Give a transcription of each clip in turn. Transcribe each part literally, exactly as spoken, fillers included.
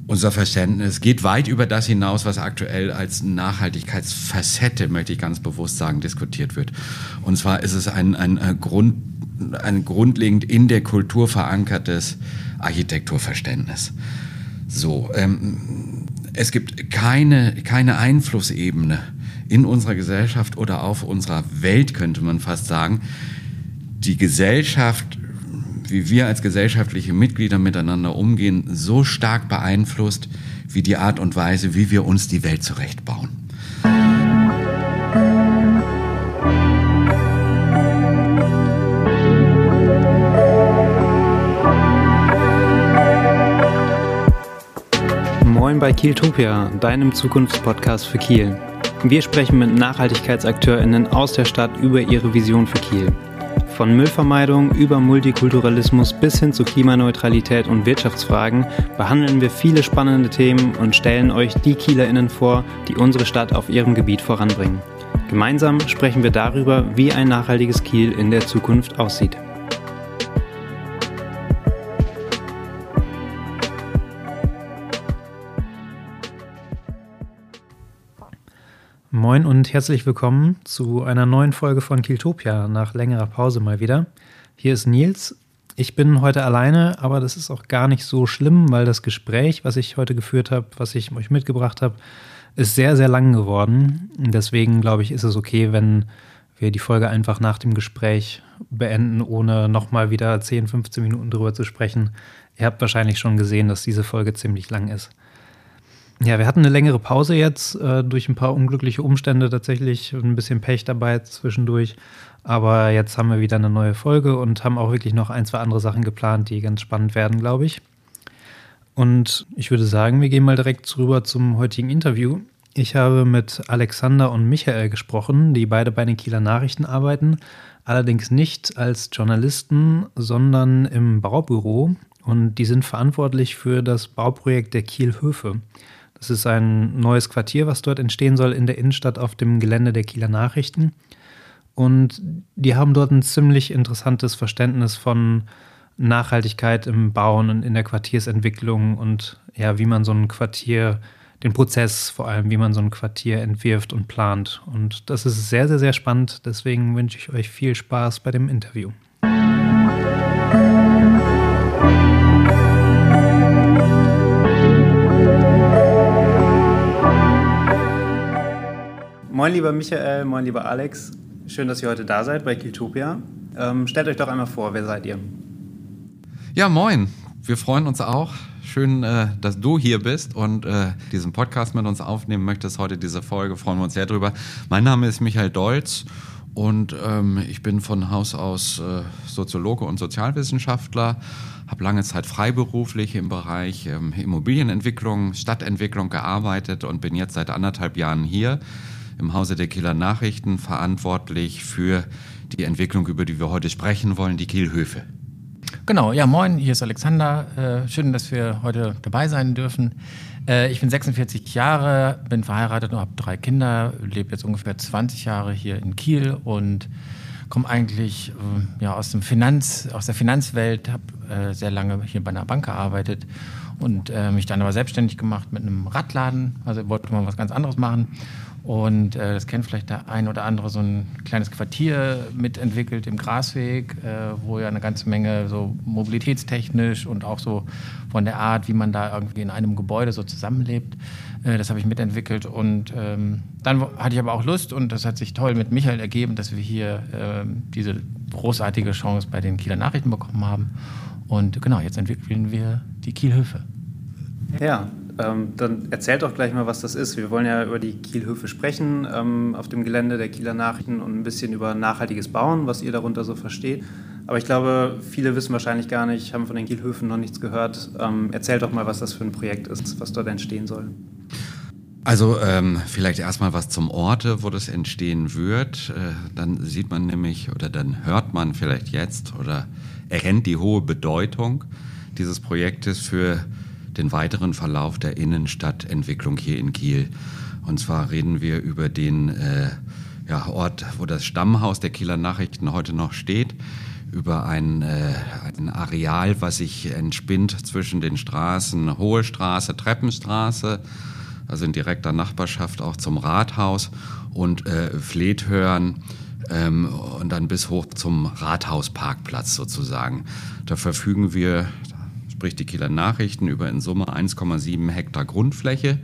Unser Verständnis geht weit über das hinaus, was aktuell als Nachhaltigkeitsfacette, möchte ich ganz bewusst sagen, diskutiert wird. Und zwar ist es ein, ein, ein, Grund, ein grundlegend in der Kultur verankertes Architekturverständnis. So, ähm, es gibt keine, keine Einflussebene in unserer Gesellschaft oder auf unserer Welt, könnte man fast sagen, die Gesellschaft, wie wir als gesellschaftliche Mitglieder miteinander umgehen, so stark beeinflusst wie die Art und Weise, wie wir uns die Welt zurechtbauen. Moin bei Kieltopia, deinem Zukunftspodcast für Kiel. Wir sprechen mit NachhaltigkeitsakteurInnen aus der Stadt über ihre Vision für Kiel. Von Müllvermeidung über Multikulturalismus bis hin zu Klimaneutralität und Wirtschaftsfragen behandeln wir viele spannende Themen und stellen euch die KielerInnen vor, die unsere Stadt auf ihrem Gebiet voranbringen. Gemeinsam sprechen wir darüber, wie ein nachhaltiges Kiel in der Zukunft aussieht. Moin und herzlich willkommen zu einer neuen Folge von Kieltopia, nach längerer Pause mal wieder. Hier ist Nils. Ich bin heute alleine, aber das ist auch gar nicht so schlimm, weil das Gespräch, was ich heute geführt habe, was ich euch mitgebracht habe, ist sehr, sehr lang geworden. Deswegen glaube ich, ist es okay, wenn wir die Folge einfach nach dem Gespräch beenden, ohne nochmal wieder zehn, fünfzehn Minuten drüber zu sprechen. Ihr habt wahrscheinlich schon gesehen, dass diese Folge ziemlich lang ist. Ja, wir hatten eine längere Pause jetzt, äh, durch ein paar unglückliche Umstände tatsächlich, ein bisschen Pech dabei zwischendurch. Aber jetzt haben wir wieder eine neue Folge und haben auch wirklich noch ein, zwei andere Sachen geplant, die ganz spannend werden, glaube ich. Und ich würde sagen, wir gehen mal direkt rüber zum heutigen Interview. Ich habe mit Alexander und Michael gesprochen, die beide bei den Kieler Nachrichten arbeiten. Allerdings nicht als Journalisten, sondern im Baubüro. Und die sind verantwortlich für das Bauprojekt der Kielhöfe. Das ist ein neues Quartier, was dort entstehen soll in der Innenstadt auf dem Gelände der Kieler Nachrichten. Und die haben dort ein ziemlich interessantes Verständnis von Nachhaltigkeit im Bauen und in der Quartiersentwicklung und ja, wie man so ein Quartier, den Prozess vor allem, wie man so ein Quartier entwirft und plant. Und das ist sehr, sehr, sehr spannend. Deswegen wünsche ich euch viel Spaß bei dem Interview. Moin lieber Michael, moin lieber Alex. Schön, dass ihr heute da seid bei Kieltopia. Ähm, stellt euch doch einmal vor, wer seid ihr? Ja, moin. Wir freuen uns auch. Schön, äh, dass du hier bist und äh, diesen Podcast mit uns aufnehmen möchtest. Heute diese Folge, freuen wir uns sehr drüber. Mein Name ist Michael Dolz und ähm, ich bin von Haus aus äh, Soziologe und Sozialwissenschaftler. Habe lange Zeit freiberuflich im Bereich ähm, Immobilienentwicklung, Stadtentwicklung gearbeitet und bin jetzt seit anderthalb Jahren hier im Hause der Kieler Nachrichten verantwortlich für die Entwicklung, über die wir heute sprechen wollen, die Kielhöfe. Genau, ja moin, hier ist Alexander. Äh, schön, dass wir heute dabei sein dürfen. Äh, ich bin sechsundvierzig Jahre, bin verheiratet und habe drei Kinder, lebe jetzt ungefähr zwanzig Jahre hier in Kiel und komme eigentlich äh, ja, aus, dem Finanz, aus der Finanzwelt, habe äh, sehr lange hier bei einer Bank gearbeitet und äh, mich dann aber selbstständig gemacht mit einem Radladen, also wollte mal was ganz anderes machen. Und äh, das kennt vielleicht der ein oder andere, so ein kleines Quartier mitentwickelt im Grasweg, äh, wo ja eine ganze Menge so mobilitätstechnisch und auch so von der Art, wie man da irgendwie in einem Gebäude so zusammenlebt, äh, das habe ich mitentwickelt. Und ähm, dann hatte ich aber auch Lust und das hat sich toll mit Michael ergeben, dass wir hier äh, diese großartige Chance bei den Kieler Nachrichten bekommen haben. Und genau, jetzt entwickeln wir die Kielhöfe. Ja, ähm, dann erzählt doch gleich mal, was das ist. Wir wollen ja über die Kielhöfe sprechen, ähm, auf dem Gelände der Kieler Nachrichten und ein bisschen über nachhaltiges Bauen, was ihr darunter so versteht. Aber ich glaube, viele wissen wahrscheinlich gar nicht, haben von den Kielhöfen noch nichts gehört. Ähm, erzählt doch mal, was das für ein Projekt ist, was dort entstehen soll. Also ähm, vielleicht erstmal was zum Orte, wo das entstehen wird. Äh, dann sieht man nämlich oder dann hört man vielleicht jetzt oder erkennt die hohe Bedeutung dieses Projektes für den weiteren Verlauf der Innenstadtentwicklung hier in Kiel. Und zwar reden wir über den äh, ja, Ort, wo das Stammhaus der Kieler Nachrichten heute noch steht, über ein, äh, ein Areal, was sich entspinnt zwischen den Straßen Hohe Straße, Treppenstraße, also in direkter Nachbarschaft auch zum Rathaus, und äh, Flethörn, ähm, und dann bis hoch zum Rathausparkplatz sozusagen. Da verfügen wir, sprich die Kieler Nachrichten, über in Summe eins Komma sieben Hektar Grundfläche.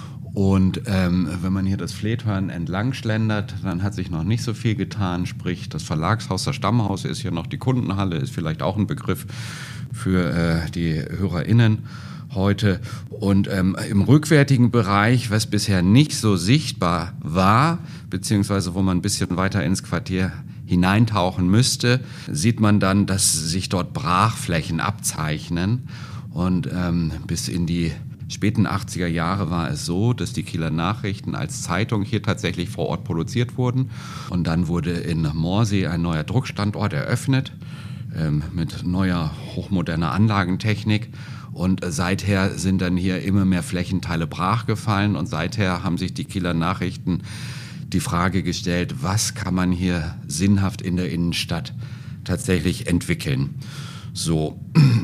Und ähm, wenn man hier das Flethörn entlang schlendert, dann hat sich noch nicht so viel getan. Sprich, das Verlagshaus, das Stammhaus ist hier noch, die Kundenhalle ist vielleicht auch ein Begriff für äh, die HörerInnen heute. Und ähm, im rückwärtigen Bereich, was bisher nicht so sichtbar war, beziehungsweise wo man ein bisschen weiter ins Quartier hineintauchen müsste, sieht man dann, dass sich dort Brachflächen abzeichnen. Und ähm, bis in die späten achtziger Jahre war es so, dass die Kieler Nachrichten als Zeitung hier tatsächlich vor Ort produziert wurden. Und dann wurde in Moorsee ein neuer Druckstandort eröffnet, ähm, mit neuer, hochmoderner Anlagentechnik. Und seither sind dann hier immer mehr Flächenteile brachgefallen. Und seither haben sich die Kieler Nachrichten die Frage gestellt, was kann man hier sinnhaft in der Innenstadt tatsächlich entwickeln. So,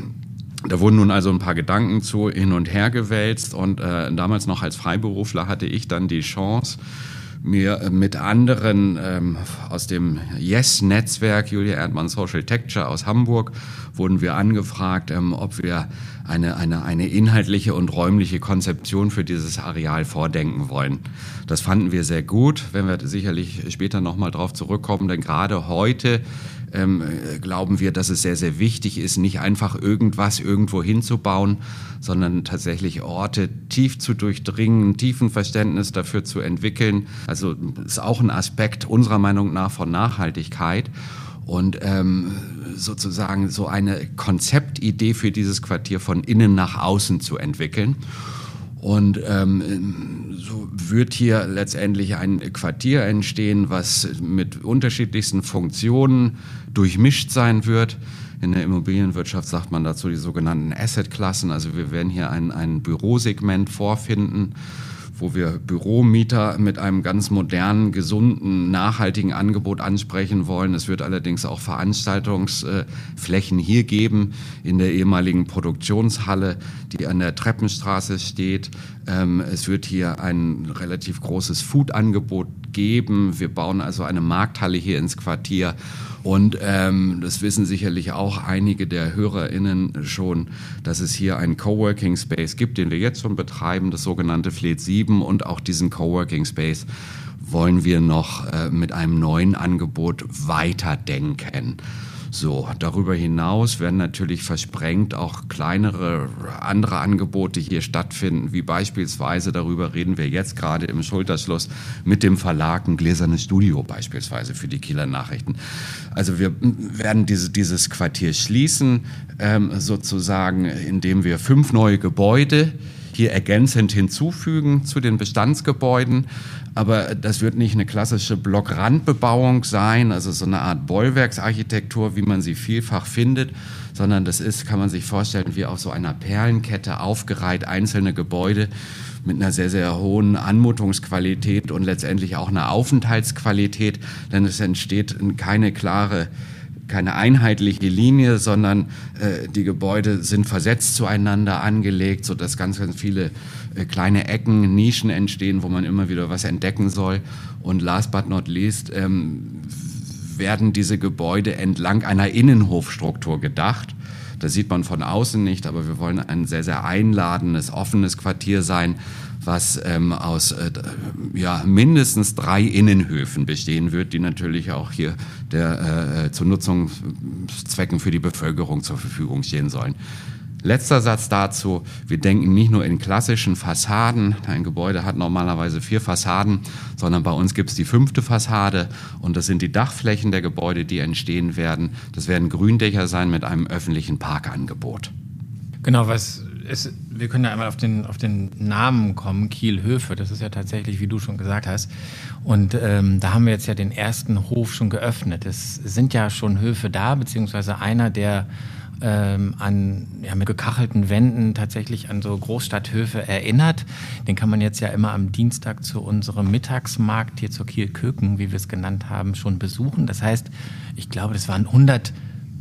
da wurden nun also ein paar Gedanken zu hin und her gewälzt. Und äh, damals noch als Freiberufler hatte ich dann die Chance, mir mit anderen ähm, aus dem Yes-Netzwerk, Julia Erdmann Social Texture aus Hamburg, wurden wir angefragt, ähm, ob wir eine, eine, eine inhaltliche und räumliche Konzeption für dieses Areal vordenken wollen. Das fanden wir sehr gut, wenn wir sicherlich später nochmal drauf zurückkommen, denn gerade heute ähm, glauben wir, dass es sehr, sehr wichtig ist, nicht einfach irgendwas irgendwo hinzubauen, sondern tatsächlich Orte tief zu durchdringen, ein tiefen Verständnis dafür zu entwickeln. Also ist auch ein Aspekt unserer Meinung nach von Nachhaltigkeit. Und ähm, sozusagen so eine Konzeptidee für dieses Quartier von innen nach außen zu entwickeln. Und ähm, so wird hier letztendlich ein Quartier entstehen, was mit unterschiedlichsten Funktionen durchmischt sein wird. In der Immobilienwirtschaft sagt man dazu die sogenannten Asset-Klassen. Also wir werden hier ein, ein Bürosegment vorfinden, wo wir Büromieter mit einem ganz modernen, gesunden, nachhaltigen Angebot ansprechen wollen. Es wird allerdings auch Veranstaltungsflächen hier geben in der ehemaligen Produktionshalle, die an der Treppenstraße steht. Es wird hier ein relativ großes Food-Angebot geben. Wir bauen also eine Markthalle hier ins Quartier. Und ähm, das wissen sicherlich auch einige der HörerInnen schon, dass es hier einen Coworking Space gibt, den wir jetzt schon betreiben, das sogenannte Fleet sieben. Und auch diesen Coworking Space wollen wir noch äh, mit einem neuen Angebot weiterdenken. So, darüber hinaus werden natürlich versprengt auch kleinere andere Angebote hier stattfinden, wie beispielsweise, darüber reden wir jetzt gerade im Schulterschluss, mit dem Verlag ein gläsernes Studio beispielsweise für die Kieler Nachrichten. Also wir werden diese, dieses Quartier schließen, ähm, sozusagen, indem wir fünf neue Gebäude hier ergänzend hinzufügen zu den Bestandsgebäuden. Aber das wird nicht eine klassische Blockrandbebauung sein, also so eine Art Bollwerksarchitektur, wie man sie vielfach findet, sondern das ist, kann man sich vorstellen, wie auf so einer Perlenkette aufgereiht einzelne Gebäude mit einer sehr, sehr hohen Anmutungsqualität und letztendlich auch einer Aufenthaltsqualität, denn es entsteht keine klare keine einheitliche Linie, sondern äh, die Gebäude sind versetzt zueinander angelegt, sodass ganz, ganz viele äh, kleine Ecken, Nischen entstehen, wo man immer wieder was entdecken soll. Und last but not least ähm, werden diese Gebäude entlang einer Innenhofstruktur gedacht. Das sieht man von außen nicht, aber wir wollen ein sehr, sehr einladendes, offenes Quartier sein, was ähm, aus äh, ja, mindestens drei Innenhöfen bestehen wird, die natürlich auch hier der, äh, zu Nutzungszwecken für die Bevölkerung zur Verfügung stehen sollen. Letzter Satz dazu, wir denken nicht nur in klassischen Fassaden, ein Gebäude hat normalerweise vier Fassaden, sondern bei uns gibt es die fünfte Fassade und das sind die Dachflächen der Gebäude, die entstehen werden. Das werden Gründächer sein mit einem öffentlichen Parkangebot. Genau, was ist, wir können ja einmal auf den, auf den Namen kommen, Kiel-Höfe, das ist ja tatsächlich, wie du schon gesagt hast. Und ähm, da haben wir jetzt ja den ersten Hof schon geöffnet. Es sind ja schon Höfe da, beziehungsweise einer, der ähm, an, ja, mit gekachelten Wänden tatsächlich an so Großstadthöfe erinnert. Den kann man jetzt ja immer am Dienstag zu unserem Mittagsmarkt hier zur Kiel-Köken, wie wir es genannt haben, schon besuchen. Das heißt, ich glaube, das waren hundert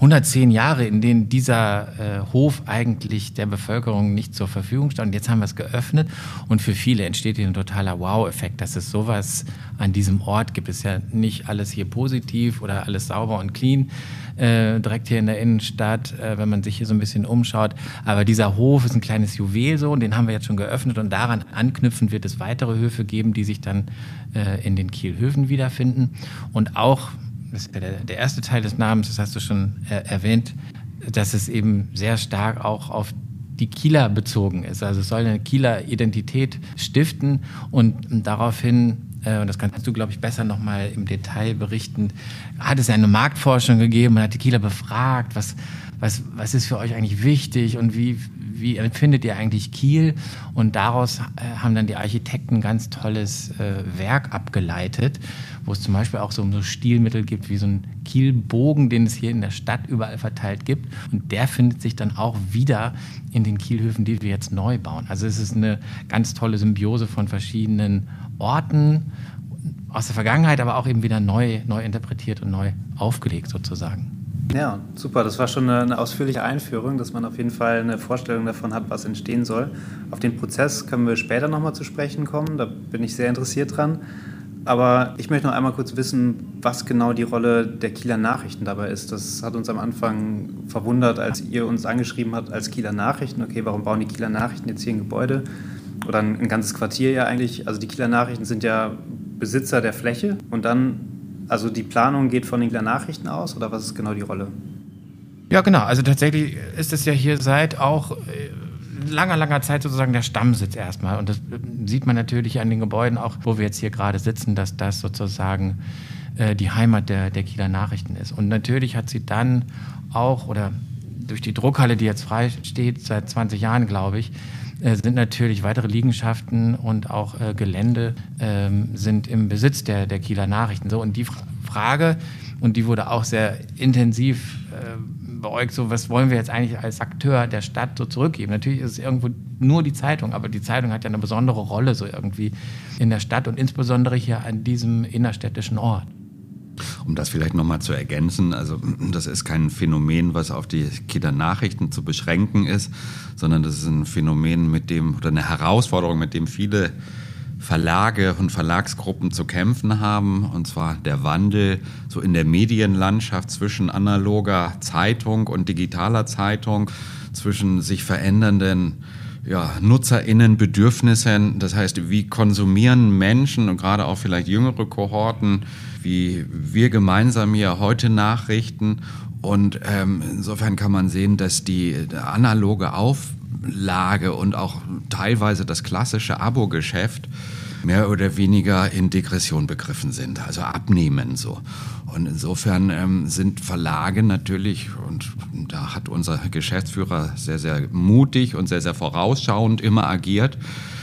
hundertzehn Jahre, in denen dieser äh, Hof eigentlich der Bevölkerung nicht zur Verfügung stand. Und jetzt haben wir es geöffnet und für viele entsteht hier ein totaler Wow-Effekt, dass es sowas an diesem Ort gibt. Es ist ja nicht alles hier positiv oder alles sauber und clean, äh, direkt hier in der Innenstadt, äh, wenn man sich hier so ein bisschen umschaut. Aber dieser Hof ist ein kleines Juwel so und den haben wir jetzt schon geöffnet und daran anknüpfend wird es weitere Höfe geben, die sich dann äh, in den Kielhöfen wiederfinden. Und auch, das ist ja der, der erste Teil des Namens, das hast du schon äh, erwähnt, dass es eben sehr stark auch auf die Kieler bezogen ist. Also es soll eine Kieler Identität stiften und daraufhin, äh, und das kannst du, glaube ich, besser nochmal im Detail berichten, hat es eine Marktforschung gegeben, man hat die Kieler befragt, was, was, was ist für euch eigentlich wichtig und wie, wie empfindet ihr eigentlich Kiel? Und daraus äh, haben dann die Architekten ein ganz tolles äh, Werk abgeleitet, wo es zum Beispiel auch so, so Stilmittel gibt, wie so ein Kielbogen, den es hier in der Stadt überall verteilt gibt. Und der findet sich dann auch wieder in den Kielhöfen, die wir jetzt neu bauen. Also es ist eine ganz tolle Symbiose von verschiedenen Orten aus der Vergangenheit, aber auch eben wieder neu, neu interpretiert und neu aufgelegt sozusagen. Ja, super. Das war schon eine, eine ausführliche Einführung, dass man auf jeden Fall eine Vorstellung davon hat, was entstehen soll. Auf den Prozess können wir später nochmal zu sprechen kommen. Da bin ich sehr interessiert dran. Aber ich möchte noch einmal kurz wissen, was genau die Rolle der Kieler Nachrichten dabei ist. Das hat uns am Anfang verwundert, als ihr uns angeschrieben habt als Kieler Nachrichten. Okay, warum bauen die Kieler Nachrichten jetzt hier ein Gebäude? Oder ein, ein ganzes Quartier ja eigentlich. Also die Kieler Nachrichten sind ja Besitzer der Fläche. Und dann, also die Planung geht von den Kieler Nachrichten aus? Oder was ist genau die Rolle? Ja, genau. Also tatsächlich ist es ja hier seit auch langer, langer Zeit sozusagen der Stammsitz erstmal. Und das sieht man natürlich an den Gebäuden auch, wo wir jetzt hier gerade sitzen, dass das sozusagen äh, die Heimat der, der Kieler Nachrichten ist. Und natürlich hat sie dann auch, oder durch die Druckhalle, die jetzt frei steht, seit zwanzig Jahren, glaube ich, äh, sind natürlich weitere Liegenschaften und auch äh, Gelände äh, sind im Besitz der, der Kieler Nachrichten. So, und die Frage, und die wurde auch sehr intensiv äh, beäugt, so was wollen wir jetzt eigentlich als Akteur der Stadt so zurückgeben. Natürlich ist es irgendwo nur die Zeitung, aber die Zeitung hat ja eine besondere Rolle so irgendwie in der Stadt und insbesondere hier an diesem innerstädtischen Ort. Um das vielleicht nochmal zu ergänzen, also das ist kein Phänomen, was auf die Kieler Nachrichten zu beschränken ist, sondern das ist ein Phänomen, mit dem, oder eine Herausforderung, mit dem viele Verlage und Verlagsgruppen zu kämpfen haben, und zwar der Wandel so in der Medienlandschaft zwischen analoger Zeitung und digitaler Zeitung, zwischen sich verändernden ja, NutzerInnen-Bedürfnissen, das heißt, wie konsumieren Menschen und gerade auch vielleicht jüngere Kohorten, wie wir gemeinsam hier heute Nachrichten. Und ähm, insofern kann man sehen, dass die analoge Auflage und auch teilweise das klassische Abo-Geschäft mehr oder weniger in Degression begriffen sind, also abnehmen so. Und insofern ähm, sind Verlage natürlich, und da hat unser Geschäftsführer sehr, sehr mutig und sehr, sehr vorausschauend immer agiert,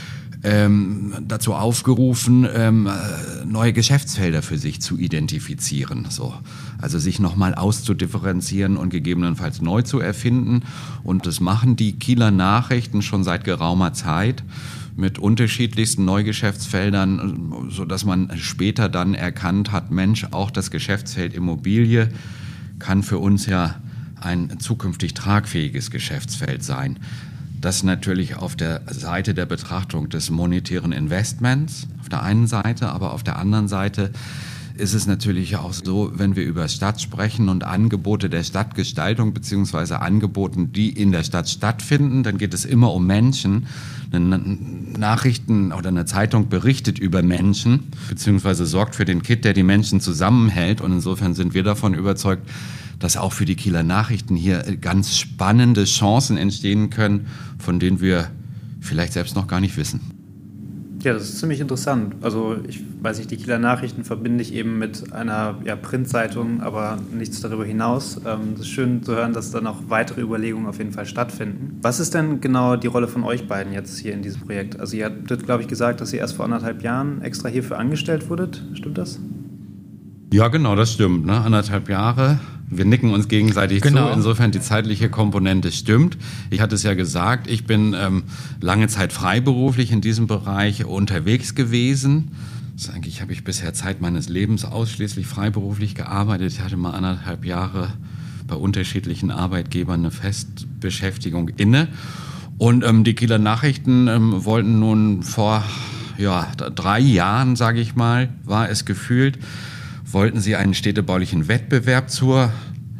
ähm, dazu aufgerufen, ähm, neue Geschäftsfelder für sich zu identifizieren. So. Also sich nochmal auszudifferenzieren und gegebenenfalls neu zu erfinden. Und das machen die Kieler Nachrichten schon seit geraumer Zeit mit unterschiedlichsten Neugeschäftsfeldern, sodass man später dann erkannt hat, Mensch, auch das Geschäftsfeld Immobilie kann für uns ja ein zukünftig tragfähiges Geschäftsfeld sein. Das natürlich auf der Seite der Betrachtung des monetären Investments auf der einen Seite, aber auf der anderen Seite ist es natürlich auch so, wenn wir über Stadt sprechen und Angebote der Stadtgestaltung beziehungsweise Angeboten, die in der Stadt stattfinden, dann geht es immer um Menschen. Eine Nachrichten oder eine Zeitung berichtet über Menschen beziehungsweise sorgt für den Kitt, der die Menschen zusammenhält. Und insofern sind wir davon überzeugt, dass auch für die Kieler Nachrichten hier ganz spannende Chancen entstehen können, von denen wir vielleicht selbst noch gar nicht wissen. Ja, das ist ziemlich interessant. Also ich weiß nicht, die Kieler Nachrichten verbinde ich eben mit einer ja, Printzeitung, aber nichts darüber hinaus. Ähm, es ist schön zu hören, dass da noch weitere Überlegungen auf jeden Fall stattfinden. Was ist denn genau die Rolle von euch beiden jetzt hier in diesem Projekt? Also ihr habt, glaube ich, gesagt, dass ihr erst vor anderthalb Jahren extra hierfür angestellt wurdet. Stimmt das? Ja, genau, das stimmt. Ne? Anderthalb Jahre. Wir nicken uns gegenseitig genau zu. Insofern die zeitliche Komponente stimmt. Ich hatte es ja gesagt, ich bin ähm, lange Zeit freiberuflich in diesem Bereich unterwegs gewesen. Das ist eigentlich habe ich bisher Zeit meines Lebens ausschließlich freiberuflich gearbeitet. Ich hatte mal anderthalb Jahre bei unterschiedlichen Arbeitgebern eine Festbeschäftigung inne. Und ähm, die Kieler Nachrichten ähm, wollten nun vor ja, drei Jahren, sage ich mal, war es gefühlt, wollten sie einen städtebaulichen Wettbewerb zur,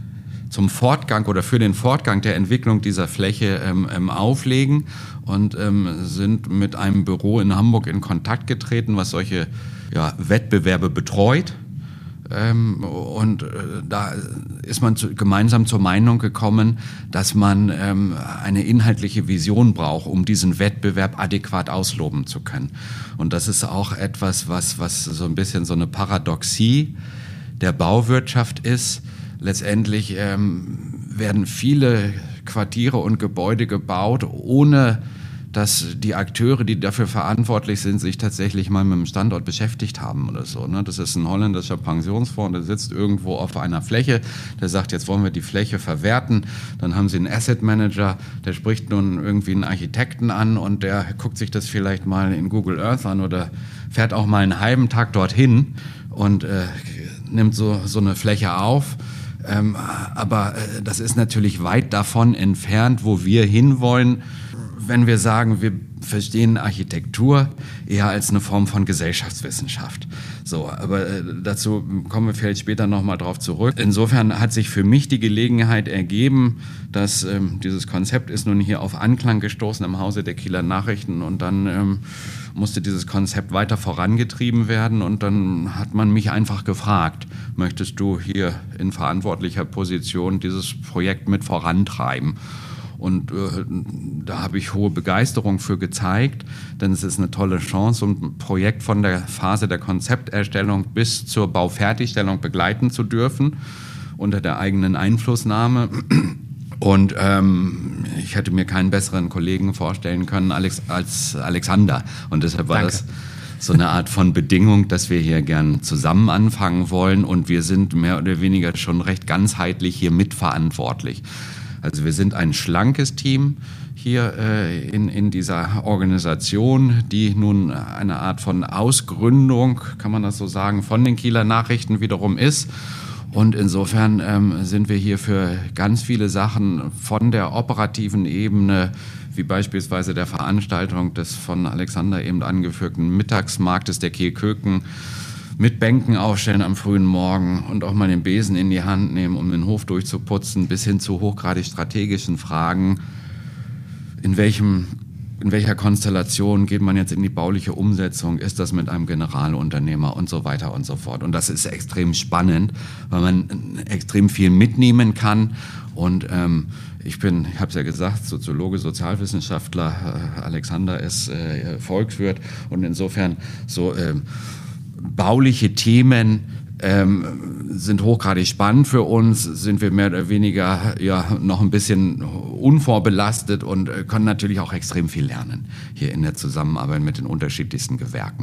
zum Fortgang oder für den Fortgang der Entwicklung dieser Fläche ähm, ähm, auflegen und ähm, sind mit einem Büro in Hamburg in Kontakt getreten, was solche ja, Wettbewerbe betreut. Ähm, und äh, da ist man zu, gemeinsam zur Meinung gekommen, dass man ähm, eine inhaltliche Vision braucht, um diesen Wettbewerb adäquat ausloben zu können. Und das ist auch etwas, was, was so ein bisschen so eine Paradoxie der Bauwirtschaft ist. Letztendlich ähm, werden viele Quartiere und Gebäude gebaut, ohne dass die Akteure, die dafür verantwortlich sind, sich tatsächlich mal mit dem Standort beschäftigt haben oder so. Ne? Das ist ein holländischer Pensionsfonds, der sitzt irgendwo auf einer Fläche, der sagt, jetzt wollen wir die Fläche verwerten. Dann haben sie einen Asset Manager, der spricht nun irgendwie einen Architekten an und der guckt sich das vielleicht mal in Google Earth an oder fährt auch mal einen halben Tag dorthin und äh, nimmt so, so eine Fläche auf. Ähm, aber äh, das ist natürlich weit davon entfernt, wo wir hinwollen, wenn wir sagen, wir verstehen Architektur eher als eine Form von Gesellschaftswissenschaft. So, aber äh, dazu kommen wir vielleicht später nochmal drauf zurück. Insofern hat sich für mich die Gelegenheit ergeben, dass ähm, dieses Konzept ist nun hier auf Anklang gestoßen im Hause der Kieler Nachrichten und dann ähm, musste dieses Konzept weiter vorangetrieben werden und dann hat man mich einfach gefragt, möchtest du hier in verantwortlicher Position dieses Projekt mit vorantreiben? Und äh, da habe ich hohe Begeisterung für gezeigt, denn es ist eine tolle Chance, um ein Projekt von der Phase der Konzepterstellung bis zur Baufertigstellung begleiten zu dürfen, unter der eigenen Einflussnahme. Und ähm, ich hätte mir keinen besseren Kollegen vorstellen können Alex, als Alexander. Und deshalb war Danke. das so eine Art von Bedingung, dass wir hier gern zusammen anfangen wollen. Und wir sind mehr oder weniger schon recht ganzheitlich hier mitverantwortlich. Also wir sind ein schlankes Team hier äh, in, in dieser Organisation, die nun eine Art von Ausgründung, kann man das so sagen, von den Kieler Nachrichten wiederum ist. Und insofern ähm, sind wir hier für ganz viele Sachen von der operativen Ebene, wie beispielsweise der Veranstaltung des von Alexander eben angeführten Mittagsmarktes der Kehlköken, mit Bänken aufstellen am frühen Morgen und auch mal den Besen in die Hand nehmen, um den Hof durchzuputzen, bis hin zu hochgradig strategischen Fragen. In welchem, in welcher Konstellation geht man jetzt in die bauliche Umsetzung? Ist das mit einem Generalunternehmer und so weiter und so fort? Und das ist extrem spannend, weil man extrem viel mitnehmen kann. Und ähm, ich bin, ich habe es ja gesagt, Soziologe, Sozialwissenschaftler, äh, Alexander ist äh, Volkswirt und insofern so äh, bauliche Themen ähm, sind hochgradig spannend für uns, sind wir mehr oder weniger ja, noch ein bisschen unvorbelastet und äh, können natürlich auch extrem viel lernen hier in der Zusammenarbeit mit den unterschiedlichsten Gewerken.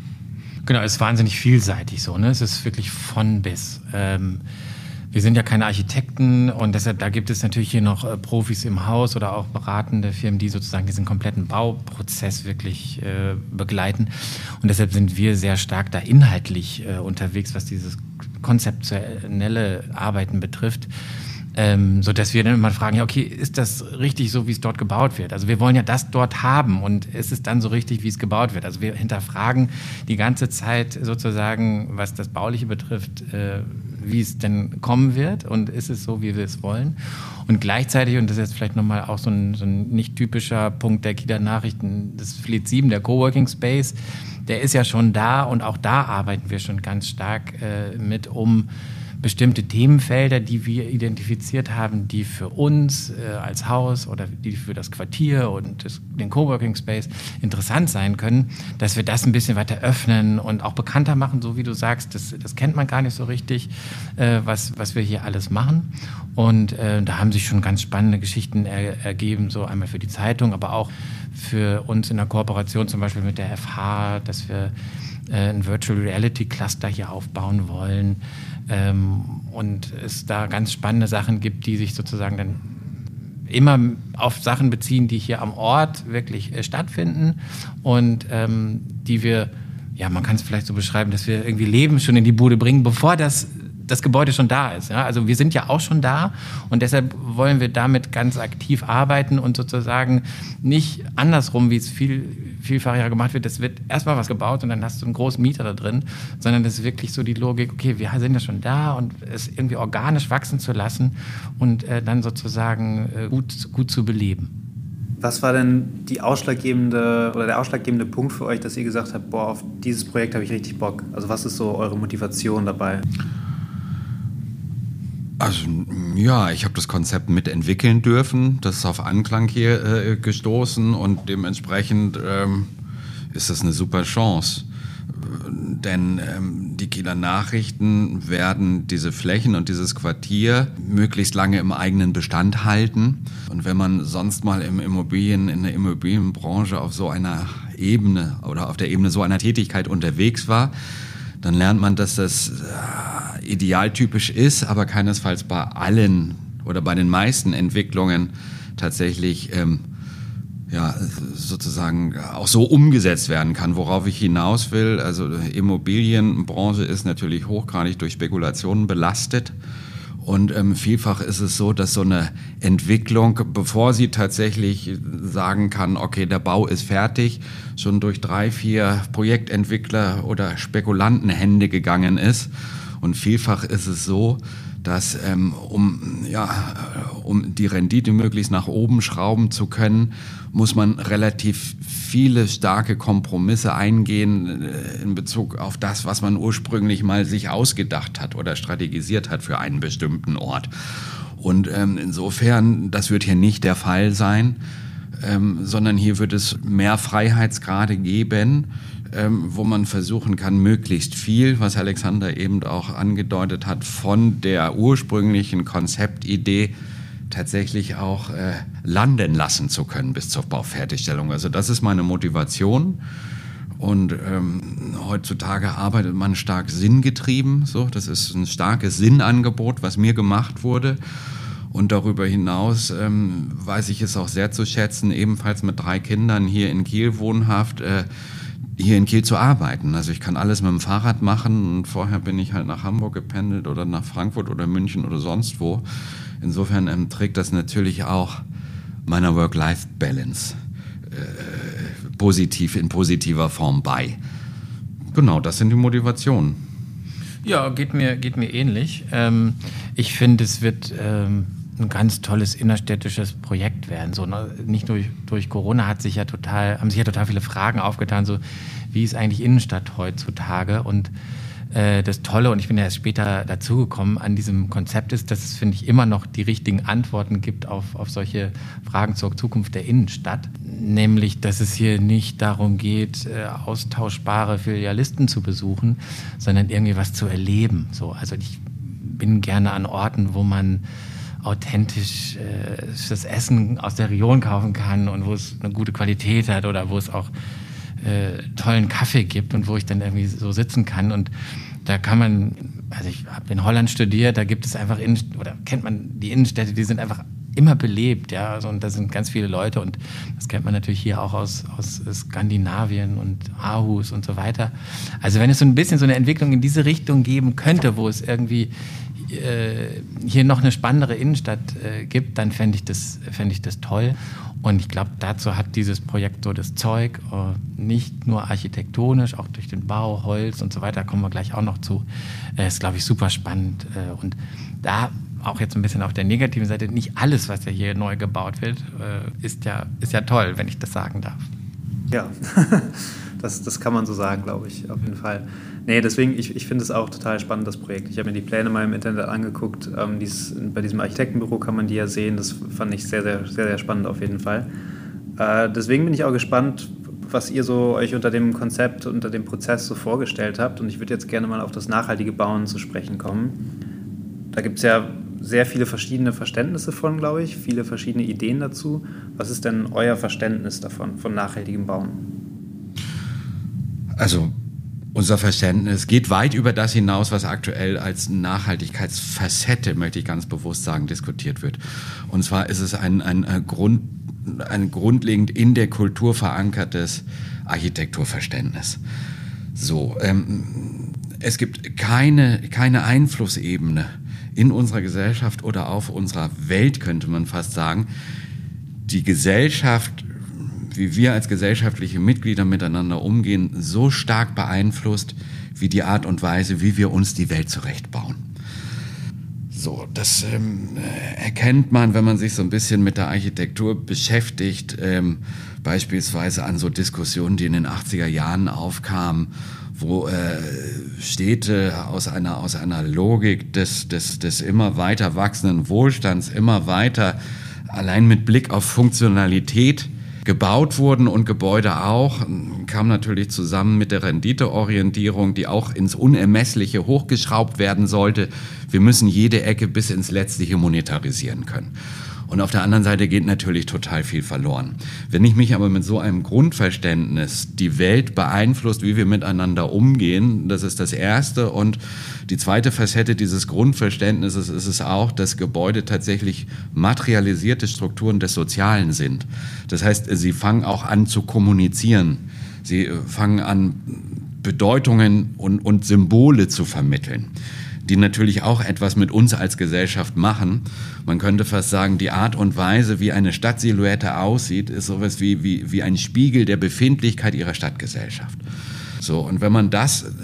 Genau, es ist wahnsinnig vielseitig so, ne? Es ist wirklich von bis. Ähm, wir sind ja keine Architekten und deshalb, da gibt es natürlich hier noch äh, Profis im Haus oder auch beratende Firmen, die sozusagen diesen kompletten Bauprozess wirklich äh, begleiten. Und deshalb sind wir sehr stark da inhaltlich äh, unterwegs, was dieses konzeptionelle Arbeiten betrifft. Ähm, so dass wir dann immer fragen, ja, okay, ist das richtig so, wie es dort gebaut wird? Also wir wollen ja das dort haben und ist es dann so richtig, wie es gebaut wird? Also wir hinterfragen die ganze Zeit sozusagen, was das Bauliche betrifft, äh, wie es denn kommen wird und ist es so, wie wir es wollen? Und gleichzeitig, und das ist jetzt vielleicht nochmal auch so ein, so ein nicht typischer Punkt der Kieler Nachrichten, das Fleet sieben, der Coworking Space, der ist ja schon da und auch da arbeiten wir schon ganz stark äh, mit, um bestimmte Themenfelder, die wir identifiziert haben, die für uns äh, als Haus oder die für das Quartier und das, den Coworking Space interessant sein können, dass wir das ein bisschen weiter öffnen und auch bekannter machen, so wie du sagst, das, das kennt man gar nicht so richtig, äh, was, was wir hier alles machen. Und äh, da haben sich schon ganz spannende Geschichten er, ergeben, so einmal für die Zeitung, aber auch für uns in der Kooperation zum Beispiel mit der F H, dass wir äh, ein Virtual Reality Cluster hier aufbauen wollen. Ähm, und es da ganz spannende Sachen gibt, die sich sozusagen dann immer auf Sachen beziehen, die hier am Ort wirklich äh, stattfinden und ähm, die wir, ja, man kann es vielleicht so beschreiben, dass wir irgendwie Leben schon in die Bude bringen, bevor das das Gebäude schon da ist. Ja? Also wir sind ja auch schon da und deshalb wollen wir damit ganz aktiv arbeiten und sozusagen nicht andersrum, wie es viel, vielfach ja gemacht wird, es wird erstmal was gebaut und dann hast du einen großen Mieter da drin, sondern das ist wirklich so die Logik, okay, wir sind ja schon da und es irgendwie organisch wachsen zu lassen und äh, dann sozusagen äh, gut, gut zu beleben. Was war denn die ausschlaggebende oder der ausschlaggebende Punkt für euch, dass ihr gesagt habt, boah, auf dieses Projekt habe ich richtig Bock? Also was ist so eure Motivation dabei? Also ja, ich habe das Konzept mitentwickeln dürfen. Das ist auf Anklang hier äh, gestoßen und dementsprechend ähm, ist das eine super Chance. Denn ähm, die Kieler Nachrichten werden diese Flächen und dieses Quartier möglichst lange im eigenen Bestand halten. Und wenn man sonst mal im Immobilien, in der Immobilienbranche auf so einer Ebene oder auf der Ebene so einer Tätigkeit unterwegs war, dann lernt man, dass das äh, idealtypisch ist, aber keinesfalls bei allen oder bei den meisten Entwicklungen tatsächlich ähm, ja, sozusagen auch so umgesetzt werden kann, worauf ich hinaus will. Also die Immobilienbranche ist natürlich hochgradig durch Spekulationen belastet und ähm, vielfach ist es so, dass so eine Entwicklung, bevor sie tatsächlich sagen kann, okay, der Bau ist fertig, schon durch drei, vier Projektentwickler oder Spekulantenhände gegangen ist. Und vielfach ist es so, dass ähm, um, ja, um die Rendite möglichst nach oben schrauben zu können, muss man relativ viele starke Kompromisse eingehen äh, in Bezug auf das, was man ursprünglich mal sich ausgedacht hat oder strategisiert hat für einen bestimmten Ort. Und ähm, insofern, das wird hier nicht der Fall sein, ähm, sondern hier wird es mehr Freiheitsgrade geben, Ähm, wo man versuchen kann, möglichst viel, was Alexander eben auch angedeutet hat, von der ursprünglichen Konzeptidee tatsächlich auch äh, landen lassen zu können bis zur Baufertigstellung. Also das ist meine Motivation. Und ähm, heutzutage arbeitet man stark sinngetrieben. So, das ist ein starkes Sinnangebot, was mir gemacht wurde. Und darüber hinaus ähm, weiß ich es auch sehr zu schätzen, ebenfalls mit drei Kindern hier in Kiel wohnhaft, äh, hier in Kiel zu arbeiten. Also ich kann alles mit dem Fahrrad machen und vorher bin ich halt nach Hamburg gependelt oder nach Frankfurt oder München oder sonst wo. Insofern ähm, trägt das natürlich auch meiner Work-Life-Balance äh, positiv, in positiver Form bei. Genau, das sind die Motivationen. Ja, geht mir, geht mir ähnlich. Ähm, ich finde, es wird ähm, ein ganz tolles innerstädtisches Projekt werden. So, ne? Nicht nur durch, durch Corona hat sich ja total, haben sich ja total viele Fragen aufgetan, so wie ist eigentlich Innenstadt heutzutage? Und äh, das Tolle, und ich bin ja erst später dazugekommen, an diesem Konzept ist, dass es, finde ich, immer noch die richtigen Antworten gibt auf, auf solche Fragen zur Zukunft der Innenstadt. Nämlich, dass es hier nicht darum geht, äh, austauschbare Filialisten zu besuchen, sondern irgendwie was zu erleben. So, also ich bin gerne an Orten, wo man authentisch äh, das Essen aus der Region kaufen kann und wo es eine gute Qualität hat oder wo es auch äh, tollen Kaffee gibt und wo ich dann irgendwie so sitzen kann. Und da kann man, also ich habe in Holland studiert, da gibt es einfach, Innen- oder kennt man die Innenstädte, die sind einfach immer belebt, ja, also, und da sind ganz viele Leute und das kennt man natürlich hier auch aus, aus Skandinavien und Aarhus und so weiter. Also wenn es so ein bisschen so eine Entwicklung in diese Richtung geben könnte, wo es irgendwie äh, hier noch eine spannendere Innenstadt äh, gibt, dann fände ich das, fände ich das toll. Und ich glaube, dazu hat dieses Projekt so das Zeug, äh, nicht nur architektonisch, auch durch den Bau, Holz und so weiter, kommen wir gleich auch noch zu. Äh, ist, glaube ich, super spannend. Äh, und da auch jetzt ein bisschen auf der negativen Seite, nicht alles, was ja hier neu gebaut wird, äh, ist ja, ist ja toll, wenn ich das sagen darf. Ja, das, das kann man so sagen, glaube ich, auf jeden Fall. Nee, deswegen, ich, ich finde es auch total spannend, das Projekt. Ich habe mir die Pläne mal im Internet angeguckt. Ähm, dies, bei diesem Architektenbüro kann man die ja sehen. Das fand ich sehr, sehr, sehr, sehr spannend auf jeden Fall. Äh, deswegen bin ich auch gespannt, was ihr so euch unter dem Konzept, unter dem Prozess so vorgestellt habt. Und ich würde jetzt gerne mal auf das nachhaltige Bauen zu sprechen kommen. Da gibt es ja sehr viele verschiedene Verständnisse von, glaube ich, viele verschiedene Ideen dazu. Was ist denn euer Verständnis davon, von nachhaltigem Bauen? Also unser Verständnis geht weit über das hinaus, was aktuell als Nachhaltigkeitsfacette, möchte ich ganz bewusst sagen, diskutiert wird. Und zwar ist es ein, ein, ein, Grund, ein grundlegend in der Kultur verankertes Architekturverständnis. So, ähm, es gibt keine, keine Einflussebene in unserer Gesellschaft oder auf unserer Welt, könnte man fast sagen, die Gesellschaft, wie wir als gesellschaftliche Mitglieder miteinander umgehen, so stark beeinflusst wie die Art und Weise, wie wir uns die Welt zurechtbauen. So, das ähm, erkennt man, wenn man sich so ein bisschen mit der Architektur beschäftigt, ähm, beispielsweise an so Diskussionen, die in den achtziger Jahren aufkamen, wo äh, Städte aus einer, aus einer Logik des, des, des immer weiter wachsenden Wohlstands, immer weiter allein mit Blick auf Funktionalität gebaut wurden und Gebäude auch, kam natürlich zusammen mit der Renditeorientierung, die auch ins Unermessliche hochgeschraubt werden sollte. Wir müssen jede Ecke bis ins Letztliche monetarisieren können. Und auf der anderen Seite geht natürlich total viel verloren. Wenn ich mich aber mit so einem Grundverständnis die Welt beeinflusst, wie wir miteinander umgehen, das ist das Erste. Und die zweite Facette dieses Grundverständnisses ist es auch, dass Gebäude tatsächlich materialisierte Strukturen des Sozialen sind. Das heißt, sie fangen auch an zu kommunizieren. Sie fangen an, Bedeutungen und, und Symbole zu vermitteln, die natürlich auch etwas mit uns als Gesellschaft machen. Man könnte fast sagen, die Art und Weise, wie eine Stadtsilhouette aussieht, ist sowas wie, wie, wie ein Spiegel der Befindlichkeit ihrer Stadtgesellschaft. So, und wenn man das äh,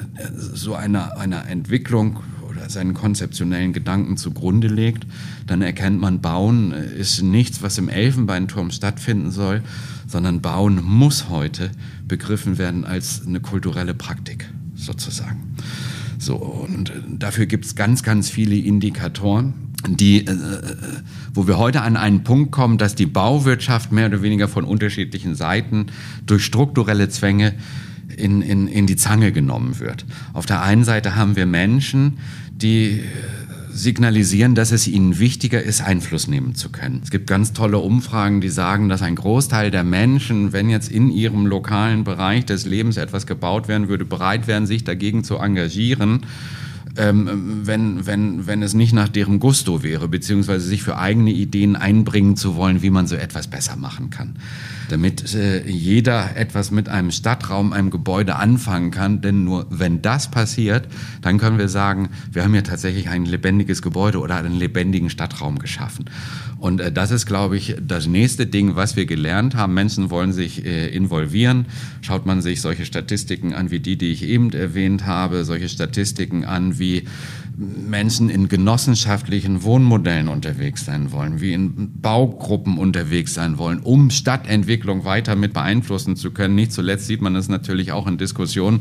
so einer, einer Entwicklung oder seinen konzeptionellen Gedanken zugrunde legt, dann erkennt man, Bauen ist nichts, was im Elfenbeinturm stattfinden soll, sondern Bauen muss heute begriffen werden als eine kulturelle Praktik, sozusagen. So, und dafür gibt es ganz, ganz viele Indikatoren, die, äh, wo wir heute an einen Punkt kommen, dass die Bauwirtschaft mehr oder weniger von unterschiedlichen Seiten durch strukturelle Zwänge in, in, in die Zange genommen wird. Auf der einen Seite haben wir Menschen, die signalisieren, dass es ihnen wichtiger ist, Einfluss nehmen zu können. Es gibt ganz tolle Umfragen, die sagen, dass ein Großteil der Menschen, wenn jetzt in ihrem lokalen Bereich des Lebens etwas gebaut werden würde, bereit wären, sich dagegen zu engagieren, ähm, wenn, wenn, wenn es nicht nach deren Gusto wäre, beziehungsweise sich für eigene Ideen einbringen zu wollen, wie man so etwas besser machen kann. Damit äh, jeder etwas mit einem Stadtraum, einem Gebäude anfangen kann, denn nur wenn das passiert, dann können wir sagen, wir haben ja tatsächlich ein lebendiges Gebäude oder einen lebendigen Stadtraum geschaffen. Und äh, das ist, glaube ich, das nächste Ding, was wir gelernt haben. Menschen wollen sich äh, involvieren. Schaut man sich solche Statistiken an wie die, die ich eben erwähnt habe, solche Statistiken an, wie Menschen in genossenschaftlichen Wohnmodellen unterwegs sein wollen, wie in Baugruppen unterwegs sein wollen, um Stadtentwicklung weiter mit beeinflussen zu können. Nicht zuletzt sieht man das natürlich auch in Diskussionen,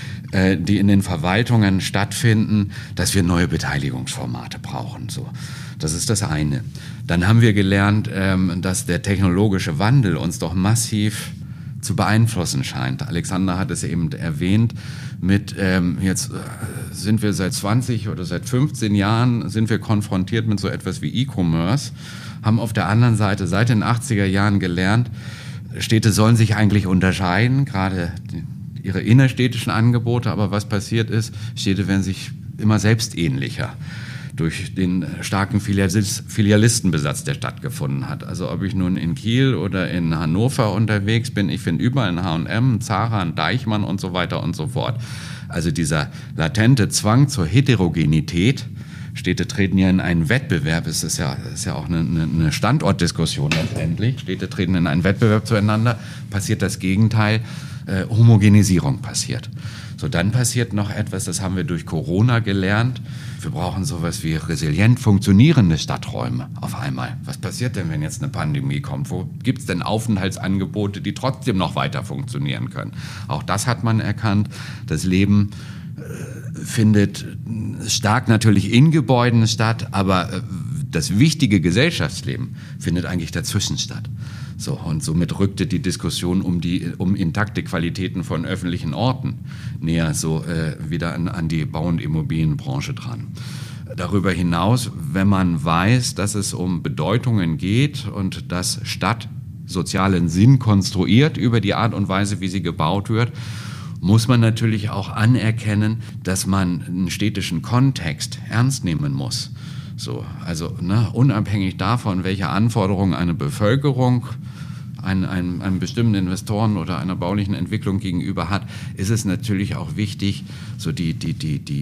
äh, die in den Verwaltungen stattfinden, dass wir neue Beteiligungsformate brauchen. So, das ist das eine. Dann haben wir gelernt, ähm, dass der technologische Wandel uns doch massiv zu beeinflussen scheint. Alexander hat es eben erwähnt, mit ähm, jetzt äh, sind wir seit zwanzig oder seit fünfzehn Jahren sind wir konfrontiert mit so etwas wie E-Commerce, haben auf der anderen Seite seit den achtziger Jahren gelernt, Städte sollen sich eigentlich unterscheiden, gerade die, ihre innerstädtischen Angebote, aber was passiert ist, Städte werden sich immer selbstähnlicher durch den starken Filialistenbesatz, der stattgefunden hat. Also ob ich nun in Kiel oder in Hannover unterwegs bin, ich finde überall ein H und M, ein Zara, ein Deichmann und so weiter und so fort. Also dieser latente Zwang zur Heterogenität, Städte treten ja in einen Wettbewerb, es ist ja, ist ja auch eine, eine Standortdiskussion letztendlich, Städte treten in einen Wettbewerb zueinander, passiert das Gegenteil, äh, Homogenisierung passiert. So, dann passiert noch etwas, das haben wir durch Corona gelernt. Wir brauchen sowas wie resilient funktionierende Stadträume auf einmal. Was passiert denn, wenn jetzt eine Pandemie kommt? Wo gibt es denn Aufenthaltsangebote, die trotzdem noch weiter funktionieren können? Auch das hat man erkannt. Das Leben äh, findet stark natürlich in Gebäuden statt, aber äh, das wichtige Gesellschaftsleben findet eigentlich dazwischen statt. So, und somit rückte die Diskussion um die um intakte Qualitäten von öffentlichen Orten näher so äh, wieder an, an die Bau- und Immobilienbranche dran. Darüber hinaus, wenn man weiß, dass es um Bedeutungen geht und dass Stadt sozialen Sinn konstruiert über die Art und Weise, wie sie gebaut wird, muss man natürlich auch anerkennen, dass man einen städtischen Kontext ernst nehmen muss. So, also ne, unabhängig davon, welche Anforderungen eine Bevölkerung einen, einen, einen bestimmten Investoren oder einer baulichen Entwicklung gegenüber hat, ist es natürlich auch wichtig, so die, die, die, die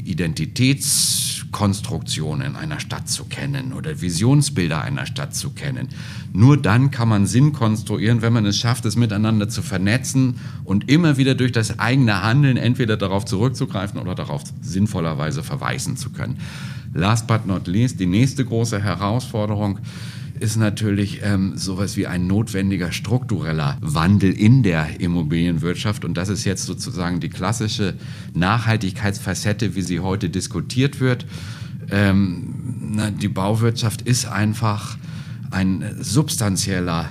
Identitätskonstruktionen einer Stadt zu kennen oder Visionsbilder einer Stadt zu kennen. Nur dann kann man Sinn konstruieren, wenn man es schafft, es miteinander zu vernetzen und immer wieder durch das eigene Handeln entweder darauf zurückzugreifen oder darauf sinnvollerweise verweisen zu können. Last but not least, die nächste große Herausforderung ist natürlich ähm, sowas wie ein notwendiger struktureller Wandel in der Immobilienwirtschaft. Und das ist jetzt sozusagen die klassische Nachhaltigkeitsfacette, wie sie heute diskutiert wird. Ähm, na, die Bauwirtschaft ist einfach ein substanzieller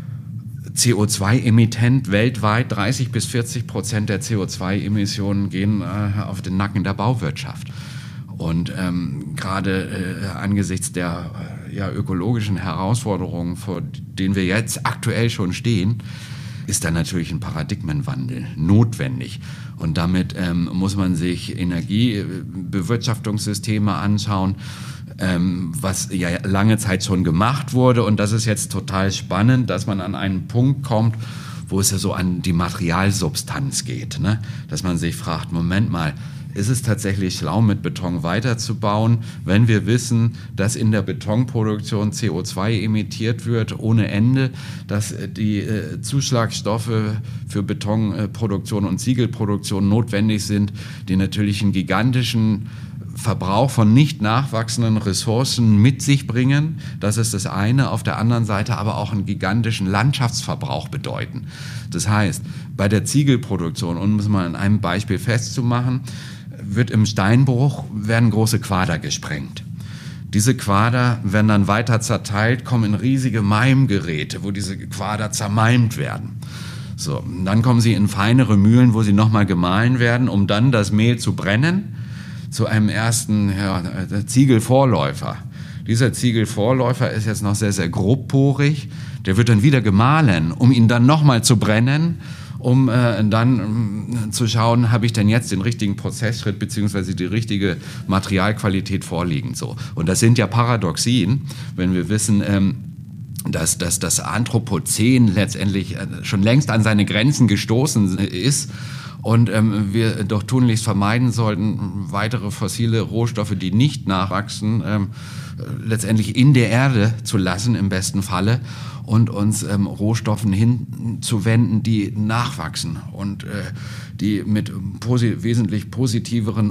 C O zwei Emittent weltweit. dreißig bis vierzig Prozent der C O zwei Emissionen gehen äh, auf den Nacken der Bauwirtschaft. Und ähm, gerade äh, angesichts der äh, ja, ökologischen Herausforderungen, vor denen wir jetzt aktuell schon stehen, ist da natürlich ein Paradigmenwandel notwendig. Und damit ähm, muss man sich Energiebewirtschaftungssysteme anschauen, ähm, was ja lange Zeit schon gemacht wurde. Und das ist jetzt total spannend, dass man an einen Punkt kommt, wo es ja so an die Materialsubstanz geht, ne? Dass man sich fragt, Moment mal, ist es tatsächlich schlau, mit Beton weiterzubauen, wenn wir wissen, dass in der Betonproduktion C O zwei emittiert wird ohne Ende, dass die äh, Zuschlagstoffe für Betonproduktion und Ziegelproduktion notwendig sind, die natürlich einen gigantischen Verbrauch von nicht nachwachsenden Ressourcen mit sich bringen. Das ist das eine. Auf der anderen Seite aber auch einen gigantischen Landschaftsverbrauch bedeuten. Das heißt, bei der Ziegelproduktion, um es mal in einem Beispiel festzumachen, wird im Steinbruch, werden große Quader gesprengt. Diese Quader werden dann weiter zerteilt, kommen in riesige Meimgeräte, wo diese Quader zermalmt werden. So, dann kommen sie in feinere Mühlen, wo sie nochmal gemahlen werden, um dann das Mehl zu brennen, zu einem ersten ja, Ziegelvorläufer. Dieser Ziegelvorläufer ist jetzt noch sehr, sehr grobporig. Der wird dann wieder gemahlen, um ihn dann nochmal zu brennen, um äh, dann äh, zu schauen, habe ich denn jetzt den richtigen Prozessschritt beziehungsweise die richtige Materialqualität vorliegen. So. Und das sind ja Paradoxien, wenn wir wissen, ähm, dass, dass das Anthropozän letztendlich äh, schon längst an seine Grenzen gestoßen ist. Und ähm, wir doch tunlichst vermeiden sollten, weitere fossile Rohstoffe, die nicht nachwachsen, ähm, letztendlich in der Erde zu lassen, im besten Falle, und uns ähm, Rohstoffen hinzuwenden, die nachwachsen und äh, die mit posi- wesentlich positiveren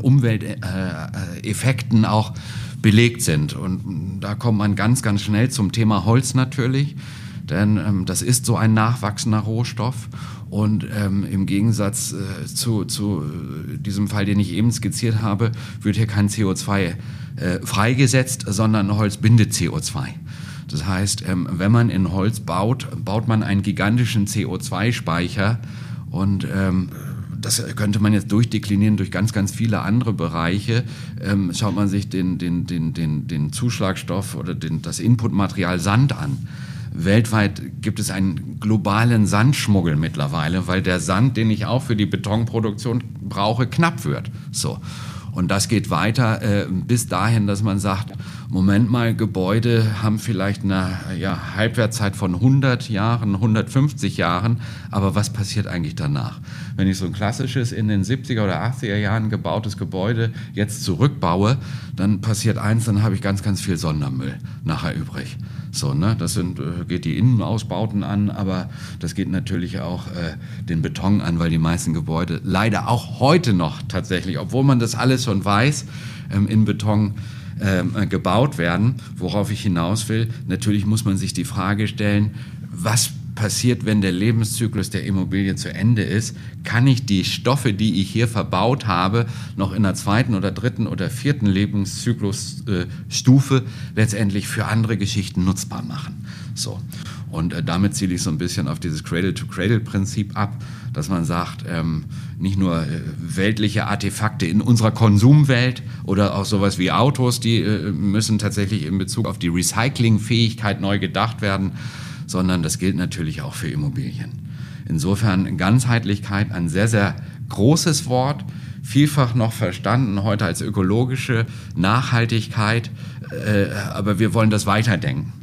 Umwelteffekten äh, auch belegt sind. Und da kommt man ganz, ganz schnell zum Thema Holz natürlich, denn ähm, das ist so ein nachwachsender Rohstoff. Und ähm, im Gegensatz äh, zu, zu äh, diesem Fall, den ich eben skizziert habe, wird hier kein C O zwei äh, freigesetzt, sondern Holz bindet C O zwei. Das heißt, ähm, wenn man in Holz baut, baut man einen gigantischen C O zwei Speicher. Und ähm, das könnte man jetzt durchdeklinieren durch ganz, ganz viele andere Bereiche. Ähm, schaut man sich den, den, den, den, den Zuschlagstoff oder den, das Inputmaterial Sand an. Weltweit gibt es einen globalen Sandschmuggel mittlerweile, weil der Sand, den ich auch für die Betonproduktion brauche, knapp wird. So. Und das geht weiter äh, bis dahin, dass man sagt, Moment mal, Gebäude haben vielleicht eine ja, Halbwertszeit von hundert Jahren, hundertfünfzig Jahren, aber was passiert eigentlich danach? Wenn ich so ein klassisches in den siebziger oder achtziger Jahren gebautes Gebäude jetzt zurückbaue, dann passiert eins, dann habe ich ganz, ganz viel Sondermüll nachher übrig. So, ne? Das sind, äh, geht die Innenausbauten an, aber das geht natürlich auch äh, den Beton an, weil die meisten Gebäude leider auch heute noch tatsächlich, obwohl man das alles schon weiß, ähm, in Beton äh, gebaut werden. Worauf ich hinaus will, natürlich muss man sich die Frage stellen, was passiert, wenn der Lebenszyklus der Immobilie zu Ende ist? Kann ich die Stoffe, die ich hier verbaut habe, noch in der zweiten oder dritten oder vierten Lebenszyklusstufe äh, letztendlich für andere Geschichten nutzbar machen? So. Und äh, damit ziele ich so ein bisschen auf dieses Cradle-to-Cradle-Prinzip ab, dass man sagt, ähm, nicht nur äh, weltliche Artefakte in unserer Konsumwelt oder auch sowas wie Autos, die äh, müssen tatsächlich in Bezug auf die Recyclingfähigkeit neu gedacht werden, sondern das gilt natürlich auch für Immobilien. Insofern Ganzheitlichkeit, ein sehr, sehr großes Wort, vielfach noch verstanden heute als ökologische Nachhaltigkeit, äh, aber wir wollen das weiterdenken.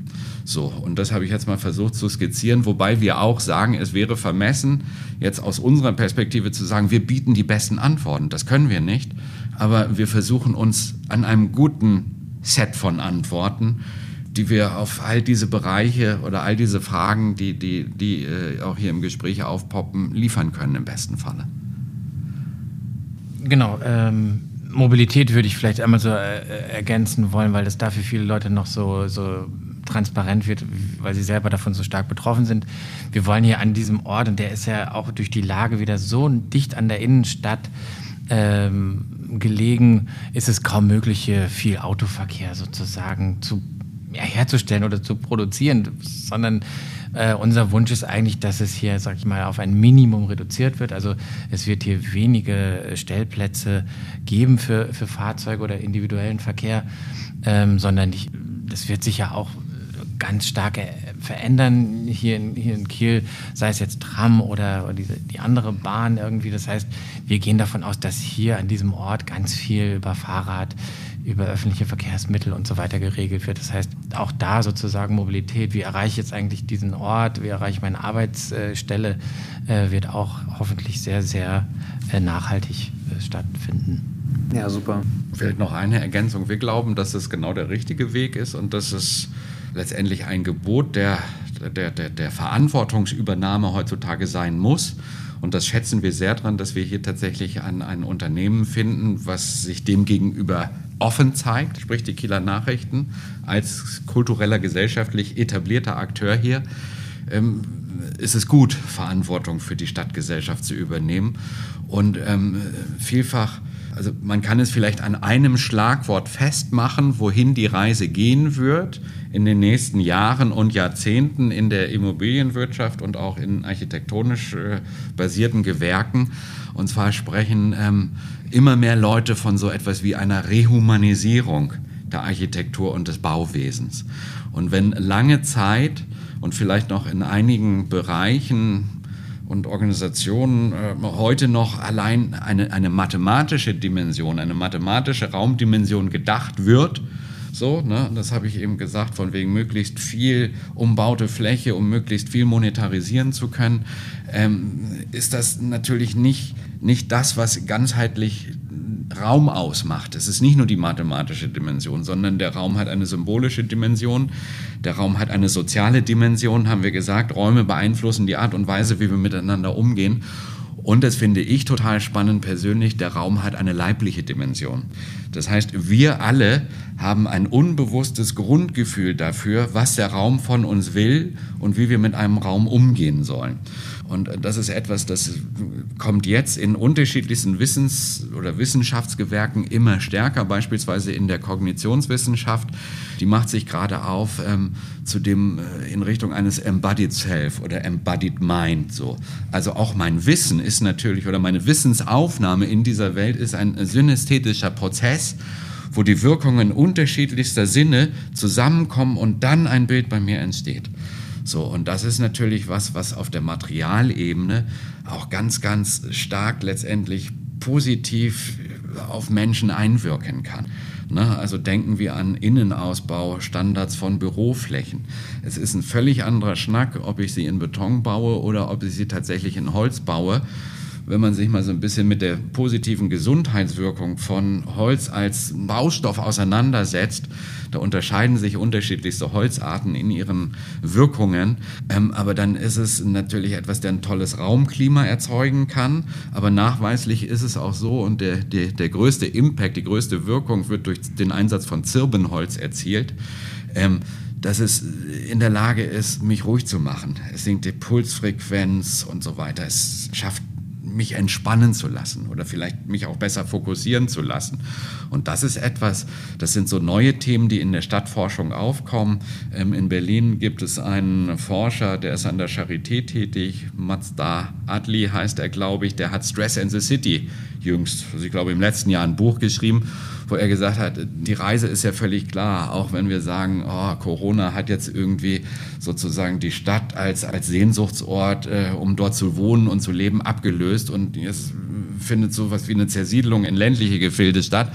So, und das habe ich jetzt mal versucht zu skizzieren, wobei wir auch sagen, es wäre vermessen, jetzt aus unserer Perspektive zu sagen, wir bieten die besten Antworten. Das können wir nicht, aber wir versuchen uns an einem guten Set von Antworten, die wir auf all diese Bereiche oder all diese Fragen, die, die, die äh, auch hier im Gespräch aufpoppen, liefern können im besten Falle. Genau, ähm, Mobilität würde ich vielleicht einmal so äh, ergänzen wollen, weil das da für viele Leute noch so, so transparent wird, weil sie selber davon so stark betroffen sind. Wir wollen hier an diesem Ort, und der ist ja auch durch die Lage wieder so dicht an der Innenstadt ähm, gelegen, ist es kaum möglich, hier viel Autoverkehr sozusagen zu ja, herzustellen oder zu produzieren, sondern äh, unser Wunsch ist eigentlich, dass es hier, sag ich mal, auf ein Minimum reduziert wird. Also es wird hier wenige Stellplätze geben für, für Fahrzeuge oder individuellen Verkehr, ähm, sondern ich, das wird sich ja auch ganz stark verändern hier in, hier in Kiel, sei es jetzt Tram oder, oder diese, die andere Bahn irgendwie. Das heißt, wir gehen davon aus, dass hier an diesem Ort ganz viel über Fahrrad, über öffentliche Verkehrsmittel und so weiter geregelt wird. Das heißt, auch da sozusagen Mobilität, wie erreiche ich jetzt eigentlich diesen Ort, wie erreiche ich meine Arbeitsstelle, äh, wird auch hoffentlich sehr, sehr äh, nachhaltig äh, stattfinden. Ja, super. Vielleicht noch eine Ergänzung. Wir glauben, dass es genau der richtige Weg ist und dass es letztendlich ein Gebot der, der, der, der Verantwortungsübernahme heutzutage sein muss. Und das schätzen wir sehr dran, dass wir hier tatsächlich ein, ein Unternehmen finden, was sich dem gegenüber offen zeigt, sprich die Kieler Nachrichten, als kultureller, gesellschaftlich etablierter Akteur hier. Ähm, ist es gut, Verantwortung für die Stadtgesellschaft zu übernehmen. Und ähm, vielfach, also man kann es vielleicht an einem Schlagwort festmachen, wohin die Reise gehen wird in den nächsten Jahren und Jahrzehnten in der Immobilienwirtschaft und auch in architektonisch äh, basierten Gewerken. Und zwar sprechen ähm, immer mehr Leute von so etwas wie einer Rehumanisierung der Architektur und des Bauwesens. Und wenn lange Zeit und vielleicht noch in einigen Bereichen und Organisationen äh, heute noch allein eine, eine mathematische Dimension, eine mathematische Raumdimension gedacht wird, so, ne, das habe ich eben gesagt, von wegen möglichst viel umbaute Fläche, um möglichst viel monetarisieren zu können, ähm, ist das natürlich nicht, nicht das, was ganzheitlich Raum ausmacht. Es ist nicht nur die mathematische Dimension, sondern der Raum hat eine symbolische Dimension, der Raum hat eine soziale Dimension, haben wir gesagt. Räume beeinflussen die Art und Weise, wie wir miteinander umgehen. Und das finde ich total spannend persönlich, der Raum hat eine leibliche Dimension. Das heißt, wir alle haben ein unbewusstes Grundgefühl dafür, was der Raum von uns will und wie wir mit einem Raum umgehen sollen. Und das ist etwas, das kommt jetzt in unterschiedlichsten Wissens- oder Wissenschaftsgewerken immer stärker, beispielsweise in der Kognitionswissenschaft. Die macht sich gerade auf ähm, zu dem äh, in Richtung eines Embodied Self oder Embodied Mind. So. Also auch mein Wissen ist natürlich, oder meine Wissensaufnahme in dieser Welt ist ein synästhetischer Prozess, wo die Wirkungen unterschiedlichster Sinne zusammenkommen und dann ein Bild bei mir entsteht. So, und das ist natürlich was, was auf der Materialebene auch ganz, ganz stark letztendlich positiv auf Menschen einwirken kann. Ne? Also denken wir an Innenausbau, Standards von Büroflächen. Es ist ein völlig anderer Schnack, ob ich sie in Beton baue oder ob ich sie tatsächlich in Holz baue. Wenn man sich mal so ein bisschen mit der positiven Gesundheitswirkung von Holz als Baustoff auseinandersetzt, da unterscheiden sich unterschiedlichste Holzarten in ihren Wirkungen, ähm, aber dann ist es natürlich etwas, der ein tolles Raumklima erzeugen kann, aber nachweislich ist es auch so und der, der, der größte Impact, die größte Wirkung wird durch den Einsatz von Zirbenholz erzielt, ähm, dass es in der Lage ist, mich ruhig zu machen. Es sinkt die Pulsfrequenz und so weiter. Es schafft mich entspannen zu lassen oder vielleicht mich auch besser fokussieren zu lassen. Und das ist etwas, das sind so neue Themen, die in der Stadtforschung aufkommen. Ähm, in Berlin gibt es einen Forscher, der ist an der Charité tätig, Mazda Adli heißt er, glaube ich, der hat Stress in the City jüngst, also ich glaube im letzten Jahr ein Buch geschrieben, wo er gesagt hat, die Reise ist ja völlig klar, auch wenn wir sagen, oh, Corona hat jetzt irgendwie sozusagen die Stadt als, als Sehnsuchtsort, äh, um dort zu wohnen und zu leben, abgelöst und jetzt findet sowas wie eine Zersiedlung in ländliche Gefilde statt.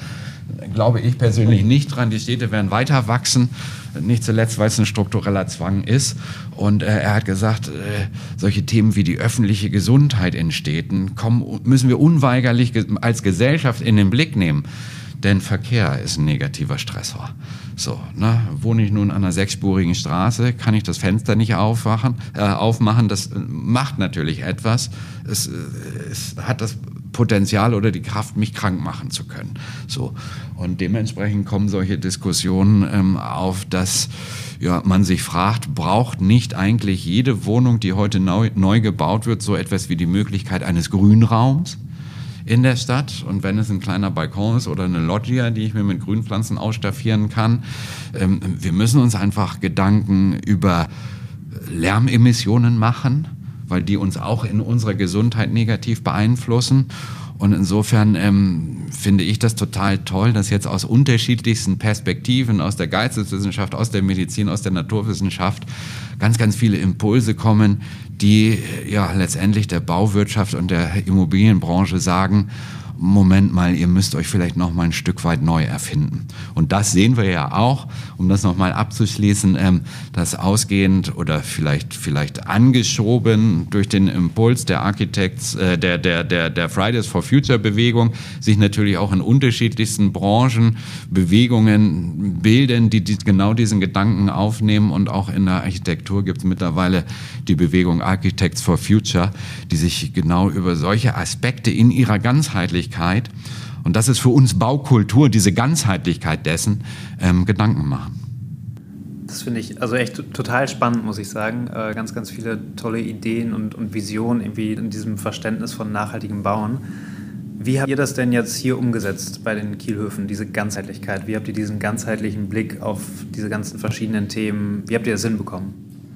glaube ich persönlich nicht dran. Die Städte werden weiter wachsen, nicht zuletzt, weil es ein struktureller Zwang ist. Und äh, er hat gesagt, äh, solche Themen wie die öffentliche Gesundheit in Städten kommen, müssen wir unweigerlich ge- als Gesellschaft in den Blick nehmen. Denn Verkehr ist ein negativer Stressor. So, ne? Wohne ich nun an einer sechsspurigen Straße, kann ich das Fenster nicht aufmachen, äh, aufmachen. Das macht natürlich etwas. Es, äh, es hat das Potenzial oder die Kraft, mich krank machen zu können. So. Und dementsprechend kommen solche Diskussionen ähm, auf, dass ja, man sich fragt, braucht nicht eigentlich jede Wohnung, die heute neu, neu gebaut wird, so etwas wie die Möglichkeit eines Grünraums in der Stadt? Und wenn es ein kleiner Balkon ist oder eine Loggia, die ich mir mit Grünpflanzen ausstaffieren kann, ähm, wir müssen uns einfach Gedanken über Lärmemissionen machen, weil die uns auch in unserer Gesundheit negativ beeinflussen. Und insofern ähm, finde ich das total toll, dass jetzt aus unterschiedlichsten Perspektiven, aus der Geisteswissenschaft, aus der Medizin, aus der Naturwissenschaft, ganz, ganz viele Impulse kommen, die ja letztendlich der Bauwirtschaft und der Immobilienbranche sagen, Moment mal, ihr müsst euch vielleicht noch mal ein Stück weit neu erfinden. Und das sehen wir ja auch, um das noch mal abzuschließen, ähm, dass ausgehend oder vielleicht vielleicht angeschoben durch den Impuls der Architects, äh, der der der der Fridays for Future Bewegung sich natürlich auch in unterschiedlichsten Branchen Bewegungen bilden, die, die genau diesen Gedanken aufnehmen. Und auch in der Architektur gibt es mittlerweile die Bewegung Architects for Future, die sich genau über solche Aspekte in ihrer Ganzheitlichkeit, und das ist für uns Baukultur, diese Ganzheitlichkeit dessen, ähm, Gedanken machen. Das finde ich also echt total spannend, muss ich sagen. Äh, ganz, ganz viele tolle Ideen und, und Visionen irgendwie in diesem Verständnis von nachhaltigem Bauen. Wie habt ihr das denn jetzt hier umgesetzt bei den Kielhöfen, diese Ganzheitlichkeit? Wie habt ihr diesen ganzheitlichen Blick auf diese ganzen verschiedenen Themen, wie habt ihr das hinbekommen?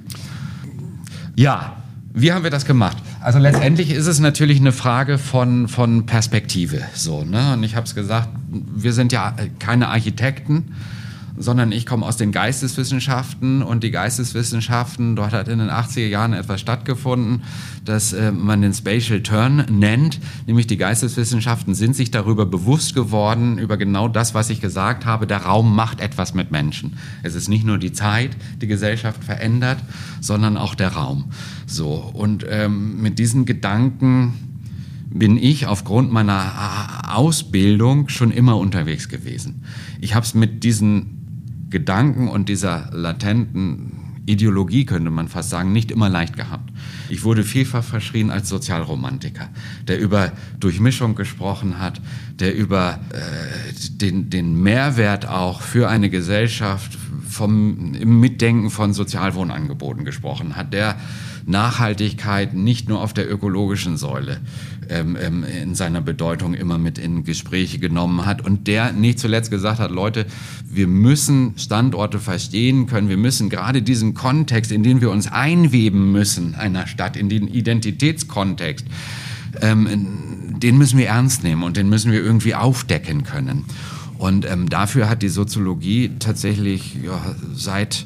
Ja, wie haben wir das gemacht? Also letztendlich ist es natürlich eine Frage von, von Perspektive. So, ne? Und ich habe es gesagt, wir sind ja keine Architekten, sondern ich komme aus den Geisteswissenschaften, und die Geisteswissenschaften, dort hat in den achtziger Jahren etwas stattgefunden, das äh, man den Spatial Turn nennt, nämlich die Geisteswissenschaften sind sich darüber bewusst geworden, über genau das, was ich gesagt habe, der Raum macht etwas mit Menschen. Es ist nicht nur die Zeit, die Gesellschaft verändert, sondern auch der Raum. So, und ähm, mit diesen Gedanken bin ich aufgrund meiner Ausbildung schon immer unterwegs gewesen. Ich habe es mit diesen Gedanken und dieser latenten Ideologie, könnte man fast sagen, nicht immer leicht gehabt. Ich wurde vielfach verschrien als Sozialromantiker, der über Durchmischung gesprochen hat, der über äh, den, den Mehrwert auch für eine Gesellschaft vom, im Mitdenken von Sozialwohnangeboten gesprochen hat, der Nachhaltigkeit nicht nur auf der ökologischen Säule ähm, ähm, in seiner Bedeutung immer mit in Gespräche genommen hat, und der nicht zuletzt gesagt hat, Leute, wir müssen Standorte verstehen können, wir müssen gerade diesen Kontext, in den wir uns einweben müssen, einer Stadt, in den Identitätskontext, ähm, den müssen wir ernst nehmen und den müssen wir irgendwie aufdecken können. Und ähm, dafür hat die Soziologie tatsächlich ja, seit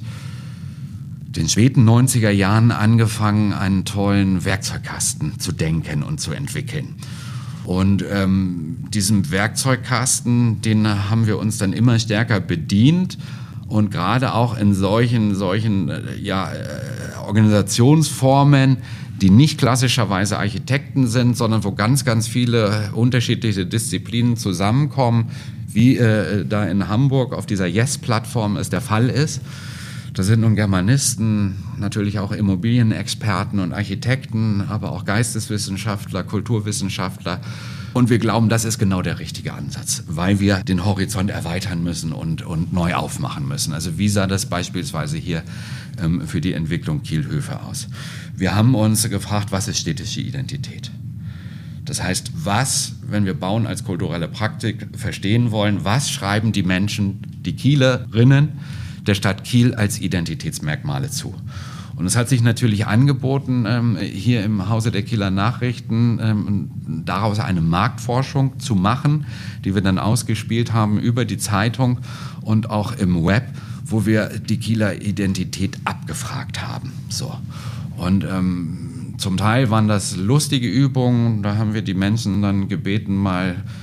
den späten neunziger Jahren angefangen, einen tollen Werkzeugkasten zu denken und zu entwickeln. Und ähm, diesem Werkzeugkasten, den haben wir uns dann immer stärker bedient, und gerade auch in solchen, solchen äh, ja, äh, Organisationsformen, die nicht klassischerweise Architekten sind, sondern wo ganz, ganz viele unterschiedliche Disziplinen zusammenkommen, wie äh, da in Hamburg auf dieser Yes-Plattform es der Fall ist. Da sind nun Germanisten, natürlich auch Immobilienexperten und Architekten, aber auch Geisteswissenschaftler, Kulturwissenschaftler. Und wir glauben, das ist genau der richtige Ansatz, weil wir den Horizont erweitern müssen und, und neu aufmachen müssen. Also wie sah das beispielsweise hier ähm, für die Entwicklung Kielhöfe aus? Wir haben uns gefragt, was ist städtische Identität? Das heißt, was, wenn wir Bauen als kulturelle Praktik verstehen wollen, was schreiben die Menschen, die Kielerinnen, der Stadt Kiel als Identitätsmerkmale zu? Und es hat sich natürlich angeboten, ähm, hier im Hause der Kieler Nachrichten ähm, daraus eine Marktforschung zu machen, die wir dann ausgespielt haben über die Zeitung und auch im Web, wo wir die Kieler Identität abgefragt haben. So. Und ähm, zum Teil waren das lustige Übungen, da haben wir die Menschen dann gebeten, mal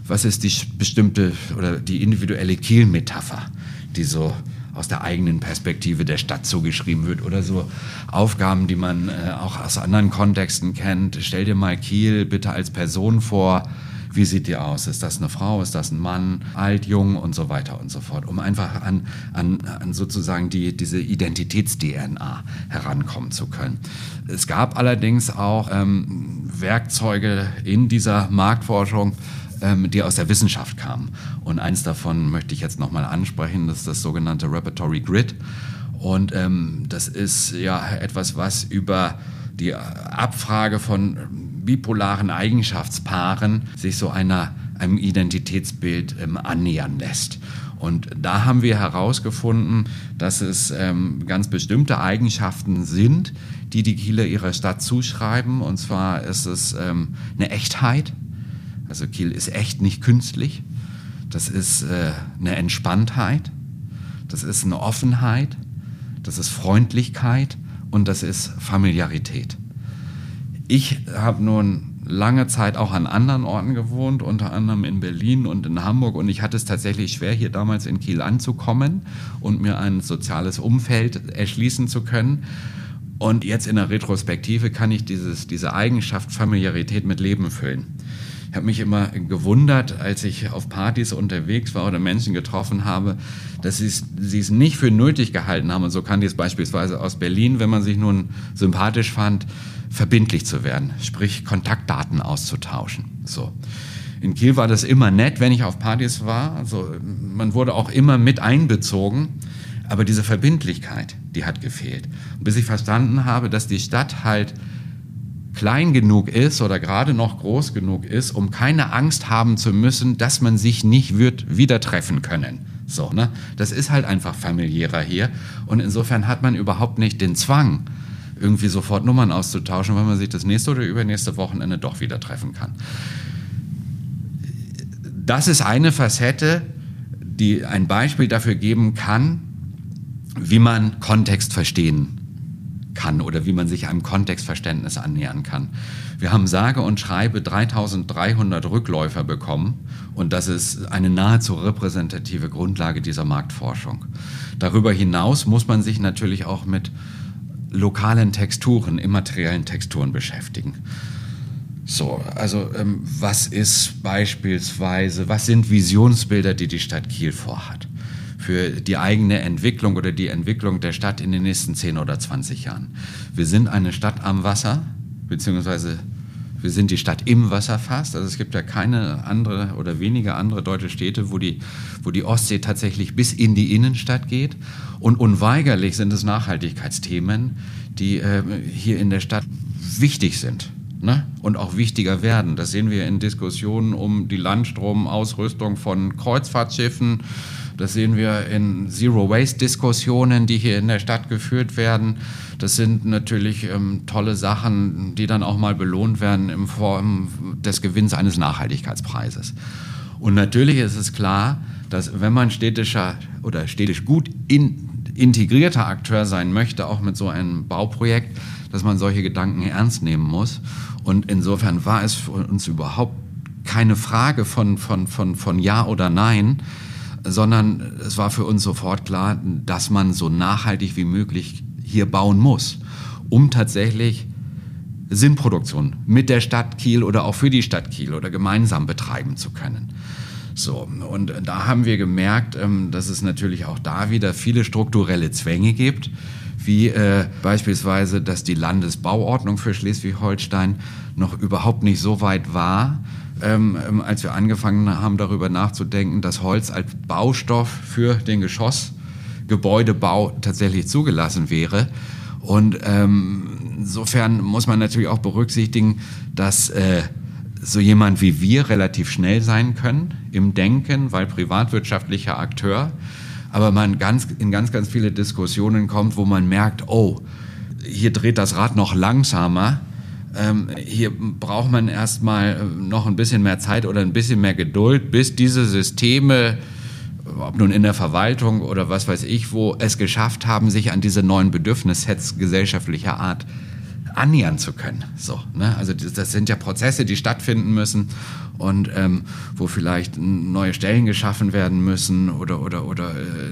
was ist die bestimmte oder die individuelle Kiel-Metapher, die so aus der eigenen Perspektive der Stadt zugeschrieben wird oder so Aufgaben, die man äh, auch aus anderen Kontexten kennt. Stell dir mal Kiel bitte als Person vor. Wie sieht die aus? Ist das eine Frau? Ist das ein Mann? Alt, jung und so weiter und so fort. Um einfach an, an, an sozusagen die, diese Identitäts-D N A herankommen zu können. Es gab allerdings auch ähm, Werkzeuge in dieser Marktforschung, ähm, die aus der Wissenschaft kamen. Und eins davon möchte ich jetzt nochmal ansprechen, das ist das sogenannte Repertory Grid. Und ähm, das ist ja etwas, was über die Abfrage von bipolaren Eigenschaftspaaren sich so einer, einem Identitätsbild ähm, annähern lässt. Und da haben wir herausgefunden, dass es ähm, ganz bestimmte Eigenschaften sind, die die Kieler ihrer Stadt zuschreiben. Und zwar ist es ähm, eine Echtheit. Also Kiel ist echt, nicht künstlich. Das ist äh, eine Entspanntheit. Das ist eine Offenheit. Das ist Freundlichkeit. Und das ist Familiarität. Ich habe nun lange Zeit auch an anderen Orten gewohnt, unter anderem in Berlin und in Hamburg. Und ich hatte es tatsächlich schwer, hier damals in Kiel anzukommen und mir ein soziales Umfeld erschließen zu können. Und jetzt in der Retrospektive kann ich dieses, diese Eigenschaft Familiarität mit Leben füllen. Ich habe mich immer gewundert, als ich auf Partys unterwegs war oder Menschen getroffen habe, dass sie es nicht für nötig gehalten haben. Und so kann dies beispielsweise aus Berlin, wenn man sich nun sympathisch fand, verbindlich zu werden, sprich Kontaktdaten auszutauschen. So. In Kiel war das immer nett, wenn ich auf Partys war. Also man wurde auch immer mit einbezogen, aber diese Verbindlichkeit, die hat gefehlt. Und bis ich verstanden habe, dass die Stadt halt klein genug ist oder gerade noch groß genug ist, um keine Angst haben zu müssen, dass man sich nicht wird wieder treffen können. So, ne? Das ist halt einfach familiärer hier. Und insofern hat man überhaupt nicht den Zwang, irgendwie sofort Nummern auszutauschen, weil man sich das nächste oder übernächste Wochenende doch wieder treffen kann. Das ist eine Facette, die ein Beispiel dafür geben kann, wie man Kontext verstehen kann oder wie man sich einem Kontextverständnis annähern kann. Wir haben sage und schreibe dreitausenddreihundert Rückläufer bekommen und das ist eine nahezu repräsentative Grundlage dieser Marktforschung. Darüber hinaus muss man sich natürlich auch mit lokalen Texturen, immateriellen Texturen beschäftigen. So, also ähm, was ist beispielsweise, was sind Visionsbilder, die die Stadt Kiel vorhat für die eigene Entwicklung oder die Entwicklung der Stadt in den nächsten zehn oder zwanzig Jahren? Wir sind eine Stadt am Wasser, beziehungsweise wir sind die Stadt im Wasser fast. Also es gibt ja keine andere oder wenige andere deutsche Städte, wo die, wo die Ostsee tatsächlich bis in die Innenstadt geht. Und unweigerlich sind es Nachhaltigkeitsthemen, die äh, hier in der Stadt wichtig sind, ne? Und auch wichtiger werden. Das sehen wir in Diskussionen um die Landstromausrüstung von Kreuzfahrtschiffen. Das sehen wir in Zero-Waste-Diskussionen, die hier in der Stadt geführt werden. Das sind natürlich ähm, tolle Sachen, die dann auch mal belohnt werden in Form des Gewinns eines Nachhaltigkeitspreises. Und natürlich ist es klar, dass wenn man städtischer oder städtisch gut in, integrierter Akteur sein möchte, auch mit so einem Bauprojekt, dass man solche Gedanken ernst nehmen muss. Und insofern war es für uns überhaupt keine Frage von, von, von, von Ja oder Nein, sondern es war für uns sofort klar, dass man so nachhaltig wie möglich hier bauen muss, um tatsächlich Sinnproduktion mit der Stadt Kiel oder auch für die Stadt Kiel oder gemeinsam betreiben zu können. So, und da haben wir gemerkt, dass es natürlich auch da wieder viele strukturelle Zwänge gibt, wie äh, beispielsweise, dass die Landesbauordnung für Schleswig-Holstein noch überhaupt nicht so weit war, ähm, als wir angefangen haben, darüber nachzudenken, dass Holz als Baustoff für den Geschossgebäudebau tatsächlich zugelassen wäre. Und ähm, insofern muss man natürlich auch berücksichtigen, dass äh, so jemand wie wir relativ schnell sein können im Denken, weil privatwirtschaftlicher Akteur, aber man ganz, in ganz, ganz viele Diskussionen kommt, wo man merkt, oh, hier dreht das Rad noch langsamer, ähm, hier braucht man erstmal noch ein bisschen mehr Zeit oder ein bisschen mehr Geduld, bis diese Systeme, ob nun in der Verwaltung oder was weiß ich wo, es geschafft haben, sich an diese neuen Bedürfnissets gesellschaftlicher Art annähern zu können. So, ne? Also das, das sind ja Prozesse, die stattfinden müssen und ähm, wo vielleicht neue Stellen geschaffen werden müssen oder, oder, oder äh,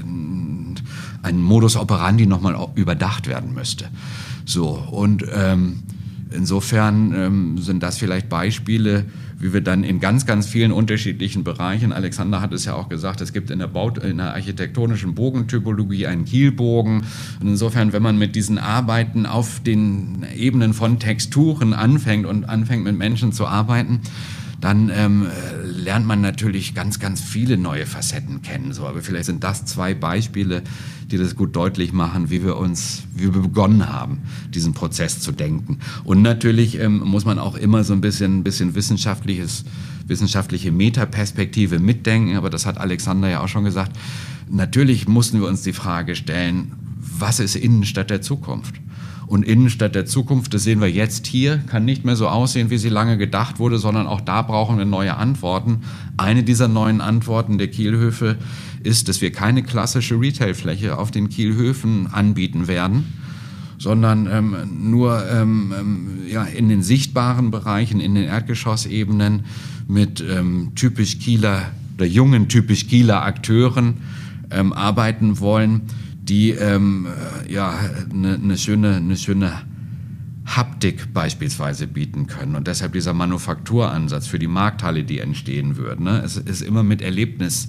ein Modus operandi nochmal überdacht werden müsste. So, und ähm, insofern ähm, sind das vielleicht Beispiele, wie wir dann in ganz, ganz vielen unterschiedlichen Bereichen, Alexander hat es ja auch gesagt, es gibt in der, Bau, in der architektonischen Bogentypologie einen Kielbogen. Und insofern, wenn man mit diesen Arbeiten auf den Ebenen von Texturen anfängt und anfängt mit Menschen zu arbeiten, dann ähm, lernt man natürlich ganz, ganz viele neue Facetten kennen. So, aber vielleicht sind das zwei Beispiele, die das gut deutlich machen, wie wir uns, wie wir begonnen haben, diesen Prozess zu denken. Und natürlich ähm, muss man auch immer so ein bisschen, bisschen wissenschaftliches, wissenschaftliche Metaperspektive mitdenken. Aber das hat Alexander ja auch schon gesagt. Natürlich mussten wir uns die Frage stellen, was ist Innenstadt der Zukunft? Und Innenstadt der Zukunft, das sehen wir jetzt hier, kann nicht mehr so aussehen, wie sie lange gedacht wurde, sondern auch da brauchen wir neue Antworten. Eine dieser neuen Antworten der Kielhöfe ist, dass wir keine klassische Retailfläche auf den Kielhöfen anbieten werden, sondern ähm, nur ähm, ja, in den sichtbaren Bereichen, in den Erdgeschossebenen mit ähm, typisch Kieler oder jungen typisch Kieler Akteuren ähm, arbeiten wollen, die ähm, ja eine ne schöne, eine schöne Haptik beispielsweise bieten können. Und deshalb dieser Manufakturansatz für die Markthalle, die entstehen würde. Ne? Es ist immer mit Erlebnis,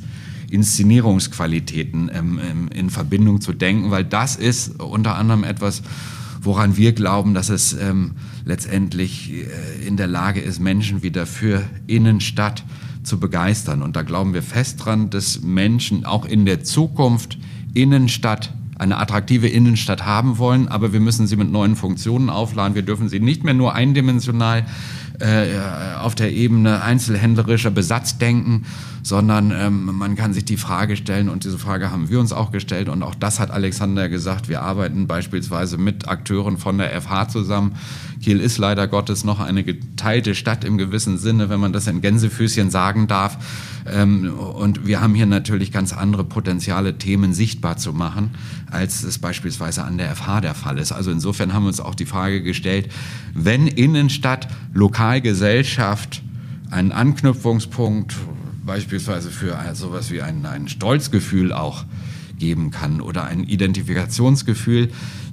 Inszenierungsqualitäten ähm, in Verbindung zu denken, weil das ist unter anderem etwas, woran wir glauben, dass es ähm, letztendlich äh, in der Lage ist, Menschen wieder für Innenstadt zu begeistern. Und da glauben wir fest dran, dass Menschen auch in der Zukunft Innenstadt, eine attraktive Innenstadt haben wollen, aber wir müssen sie mit neuen Funktionen aufladen. Wir dürfen sie nicht mehr nur eindimensional äh, auf der Ebene einzelhändlerischer Besatz denken, sondern ähm, man kann sich die Frage stellen, und diese Frage haben wir uns auch gestellt, und auch das hat Alexander gesagt, wir arbeiten beispielsweise mit Akteuren von der F H zusammen. Kiel ist leider Gottes noch eine geteilte Stadt im gewissen Sinne, wenn man das in Gänsefüßchen sagen darf. Ähm, und wir haben hier natürlich ganz andere Potenziale, Themen sichtbar zu machen, als es beispielsweise an der F H der Fall ist. Also insofern haben wir uns auch die Frage gestellt, wenn Innenstadt, Lokalgesellschaft einen Anknüpfungspunkt beispielsweise für sowas wie ein, ein Stolzgefühl auch geben kann oder ein Identifikationsgefühl,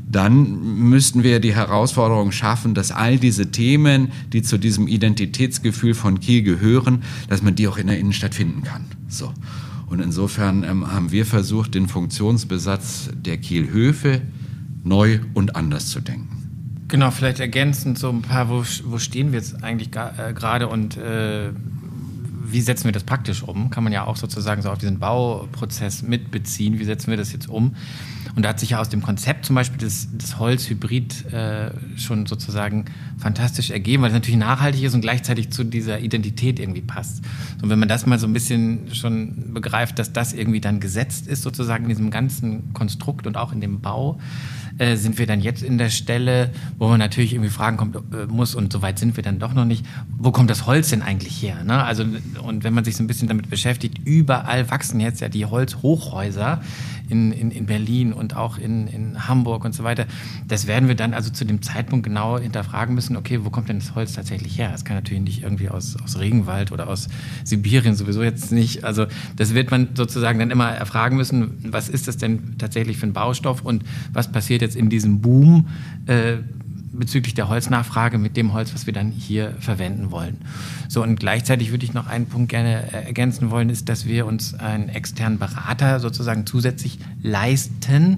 dann müssten wir die Herausforderung schaffen, dass all diese Themen, die zu diesem Identitätsgefühl von Kiel gehören, dass man die auch in der Innenstadt finden kann. So. Und insofern ähm, haben wir versucht, den Funktionsbesatz der Kielhöfe neu und anders zu denken. Genau, vielleicht ergänzend so ein paar, wo, wo stehen wir jetzt eigentlich äh, gerade und äh, wie setzen wir das praktisch um? Kann man ja auch sozusagen so auf diesen Bauprozess mitbeziehen. Wie setzen wir das jetzt um? Und da hat sich ja aus dem Konzept zum Beispiel das, das Holz-Hybrid äh, schon sozusagen fantastisch ergeben, weil es natürlich nachhaltig ist und gleichzeitig zu dieser Identität irgendwie passt. Und wenn man das mal so ein bisschen schon begreift, dass das irgendwie dann gesetzt ist, sozusagen in diesem ganzen Konstrukt und auch in dem Bau, äh, sind wir dann jetzt in der Stelle, wo man natürlich irgendwie fragen kommt, äh, muss, und so weit sind wir dann doch noch nicht, wo kommt das Holz denn eigentlich her? Ne? Also, und wenn man sich so ein bisschen damit beschäftigt, überall wachsen jetzt ja die Holzhochhäuser in, in, in Berlin und auch in, in Hamburg und so weiter. Das werden wir dann also zu dem Zeitpunkt genau hinterfragen müssen, okay, wo kommt denn das Holz tatsächlich her? Das kann natürlich nicht irgendwie aus, aus Regenwald oder aus Sibirien sowieso jetzt nicht. Also das wird man sozusagen dann immer erfragen müssen, was ist das denn tatsächlich für ein Baustoff und was passiert jetzt in diesem Boom äh, bezüglich der Holznachfrage mit dem Holz, was wir dann hier verwenden wollen. So, und gleichzeitig würde ich noch einen Punkt gerne ergänzen wollen, ist, dass wir uns einen externen Berater sozusagen zusätzlich leisten,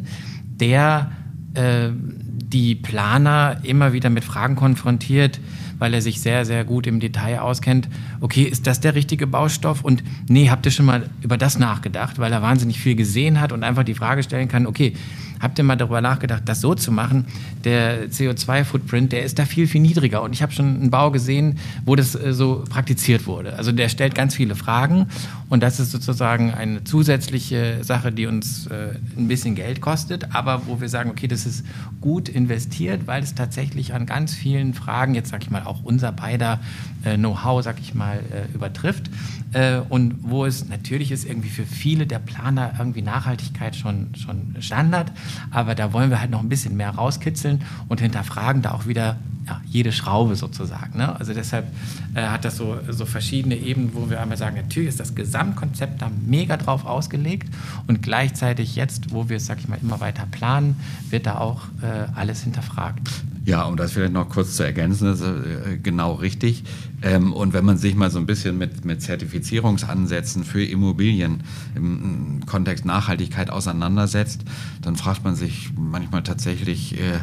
der äh, die Planer immer wieder mit Fragen konfrontiert, weil er sich sehr, sehr gut im Detail auskennt. Okay, ist das der richtige Baustoff? Und nee, habt ihr schon mal über das nachgedacht? Weil er wahnsinnig viel gesehen hat und einfach die Frage stellen kann, okay, habt ihr mal darüber nachgedacht, das so zu machen? Der C O zwei Footprint, der ist da viel, viel niedriger. Und ich habe schon einen Bau gesehen, wo das äh, so praktiziert wurde. Also der stellt ganz viele Fragen. Und das ist sozusagen eine zusätzliche Sache, die uns äh, ein bisschen Geld kostet, aber wo wir sagen, okay, das ist gut investiert, weil es tatsächlich an ganz vielen Fragen, jetzt sag ich mal auch unser beider äh, Know-how, sag ich mal, äh, übertrifft. Äh, und wo es natürlich ist, irgendwie für viele der Planer irgendwie Nachhaltigkeit schon, schon Standard. Aber da wollen wir halt noch ein bisschen mehr rauskitzeln und hinterfragen da auch wieder ja, jede Schraube sozusagen. Ne? Also deshalb äh, hat das so, so verschiedene Ebenen, wo wir einmal sagen, natürlich ist das Gesamtkonzept da mega drauf ausgelegt und gleichzeitig jetzt, wo wir es, sag ich mal, immer weiter planen, wird da auch äh, alles hinterfragt. Ja, um das vielleicht noch kurz zu ergänzen, das ist äh, genau richtig. Ähm, und wenn man sich mal so ein bisschen mit, mit Zertifizierungsansätzen für Immobilien im Kontext Nachhaltigkeit auseinandersetzt, dann fragt man sich manchmal tatsächlich, äh,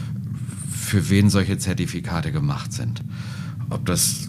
für wen solche Zertifikate gemacht sind. Ob das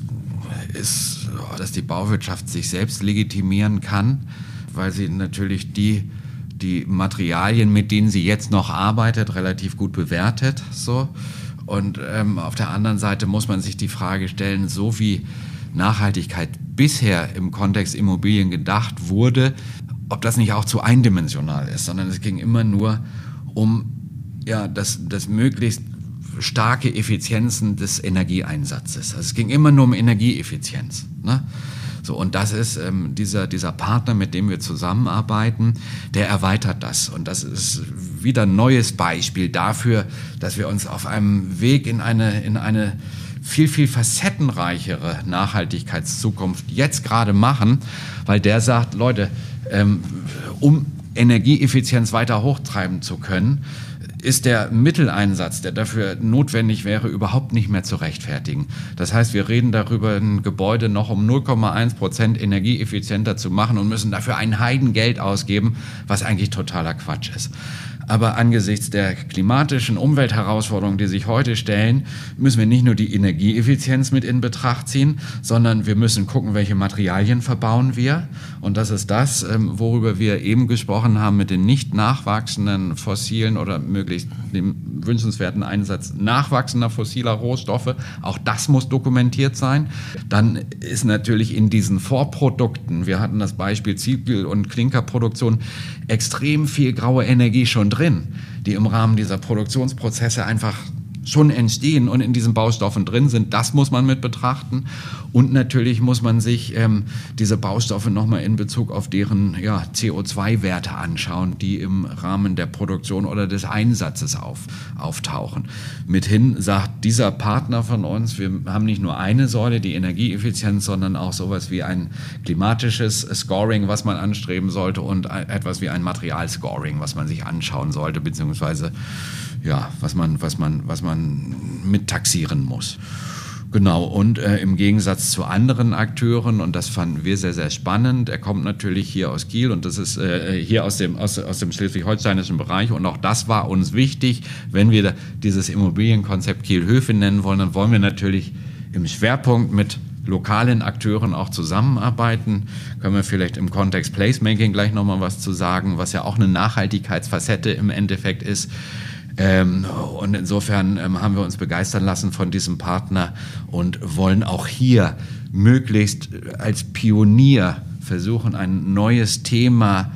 ist, dass die Bauwirtschaft sich selbst legitimieren kann, weil sie natürlich die, die Materialien, mit denen sie jetzt noch arbeitet, relativ gut bewertet. So. Und ähm, auf der anderen Seite muss man sich die Frage stellen, so wie Nachhaltigkeit bisher im Kontext Immobilien gedacht wurde, ob das nicht auch zu eindimensional ist, sondern es ging immer nur um ja, das, das möglichst starke Effizienzen des Energieeinsatzes. Also es ging immer nur um Energieeffizienz. Ne? So, und das ist ähm, dieser, dieser Partner, mit dem wir zusammenarbeiten, der erweitert das. Und das ist wieder ein neues Beispiel dafür, dass wir uns auf einem Weg in eine, in eine viel, viel facettenreichere Nachhaltigkeitszukunft jetzt gerade machen, weil der sagt, Leute, ähm, um Energieeffizienz weiter hochtreiben zu können, ist der Mitteleinsatz, der dafür notwendig wäre, überhaupt nicht mehr zu rechtfertigen. Das heißt, wir reden darüber, ein Gebäude noch um null Komma eins Prozent energieeffizienter zu machen und müssen dafür ein Heidengeld ausgeben, was eigentlich totaler Quatsch ist. Aber angesichts der klimatischen Umweltherausforderungen, die sich heute stellen, müssen wir nicht nur die Energieeffizienz mit in Betracht ziehen, sondern wir müssen gucken, welche Materialien verbauen wir. Und das ist das, worüber wir eben gesprochen haben mit den nicht nachwachsenden fossilen oder möglichst dem wünschenswerten Einsatz nachwachsender fossiler Rohstoffe. Auch das muss dokumentiert sein. Dann ist natürlich in diesen Vorprodukten, wir hatten das Beispiel Ziegel- und Klinkerproduktion, extrem viel graue Energie schon drin, die im Rahmen dieser Produktionsprozesse einfach schon entstehen und in diesen Baustoffen drin sind. Das muss man mit betrachten. Und natürlich muss man sich ähm, diese Baustoffe nochmal in Bezug auf deren ja, C O zwei Werte anschauen, die im Rahmen der Produktion oder des Einsatzes auf, auftauchen. Mithin sagt dieser Partner von uns, wir haben nicht nur eine Säule, die Energieeffizienz, sondern auch sowas wie ein klimatisches Scoring, was man anstreben sollte, und etwas wie ein Materialscoring, was man sich anschauen sollte, beziehungsweise ja, was man, was man, was man mittaxieren muss. Genau, und äh, im Gegensatz zu anderen Akteuren, und das fanden wir sehr, sehr spannend, er kommt natürlich hier aus Kiel und das ist äh, hier aus dem, aus, aus dem schleswig-holsteinischen Bereich, und auch das war uns wichtig. Wenn wir dieses Immobilienkonzept Kiel-Höfe nennen wollen, dann wollen wir natürlich im Schwerpunkt mit lokalen Akteuren auch zusammenarbeiten. Können wir vielleicht im Kontext Placemaking gleich nochmal was zu sagen, was ja auch eine Nachhaltigkeitsfacette im Endeffekt ist. Ähm, und insofern ähm, haben wir uns begeistern lassen von diesem Partner und wollen auch hier möglichst als Pionier versuchen, ein neues Thema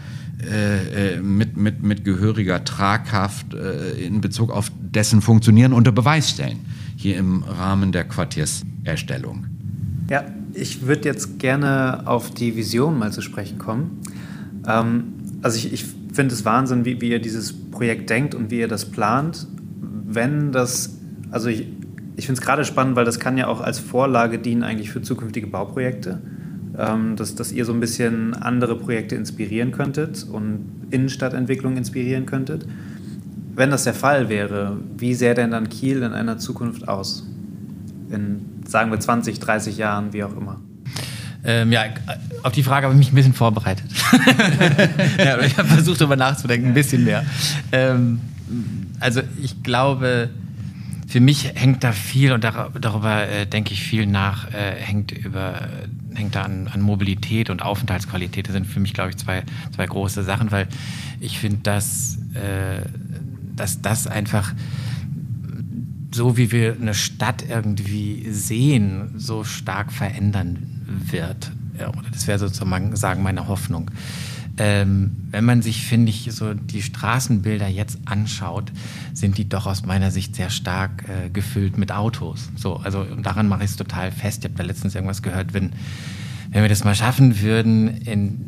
äh, mit, mit, mit gehöriger Tragkraft äh, in Bezug auf dessen Funktionieren unter Beweis stellen, hier im Rahmen der Quartierserstellung. Ja, ich würde jetzt gerne auf die Vision mal zu sprechen kommen. Ähm, also ich, ich finde es Wahnsinn, wie, wie ihr dieses Projekt denkt und wie ihr das plant. Wenn das, also ich, ich finde es gerade spannend, weil das kann ja auch als Vorlage dienen eigentlich für zukünftige Bauprojekte, ähm, dass, dass ihr so ein bisschen andere Projekte inspirieren könntet und Innenstadtentwicklung inspirieren könntet. Wenn das der Fall wäre, wie sähe denn dann Kiel in einer Zukunft aus? In, sagen wir, zwanzig, dreißig Jahren, wie auch immer. Ähm, ja, auf die Frage habe ich mich ein bisschen vorbereitet. Ja, ich habe versucht, darüber nachzudenken, ein bisschen mehr. Ähm, also ich glaube, für mich hängt da viel, und dar- darüber äh, denke ich viel nach, äh, hängt, über, hängt da an, an Mobilität und Aufenthaltsqualität. Das sind für mich, glaube ich, zwei, zwei große Sachen, weil ich finde, dass, äh, dass das einfach, so wie wir eine Stadt irgendwie sehen, so stark verändern wird. Ja, das wäre sozusagen meine Hoffnung. Ähm, wenn man sich, finde ich, so die Straßenbilder jetzt anschaut, sind die doch aus meiner Sicht sehr stark äh, gefüllt mit Autos. So, also und daran mache ich es total fest. Ich habe da letztens irgendwas gehört, wenn, wenn wir das mal schaffen würden, in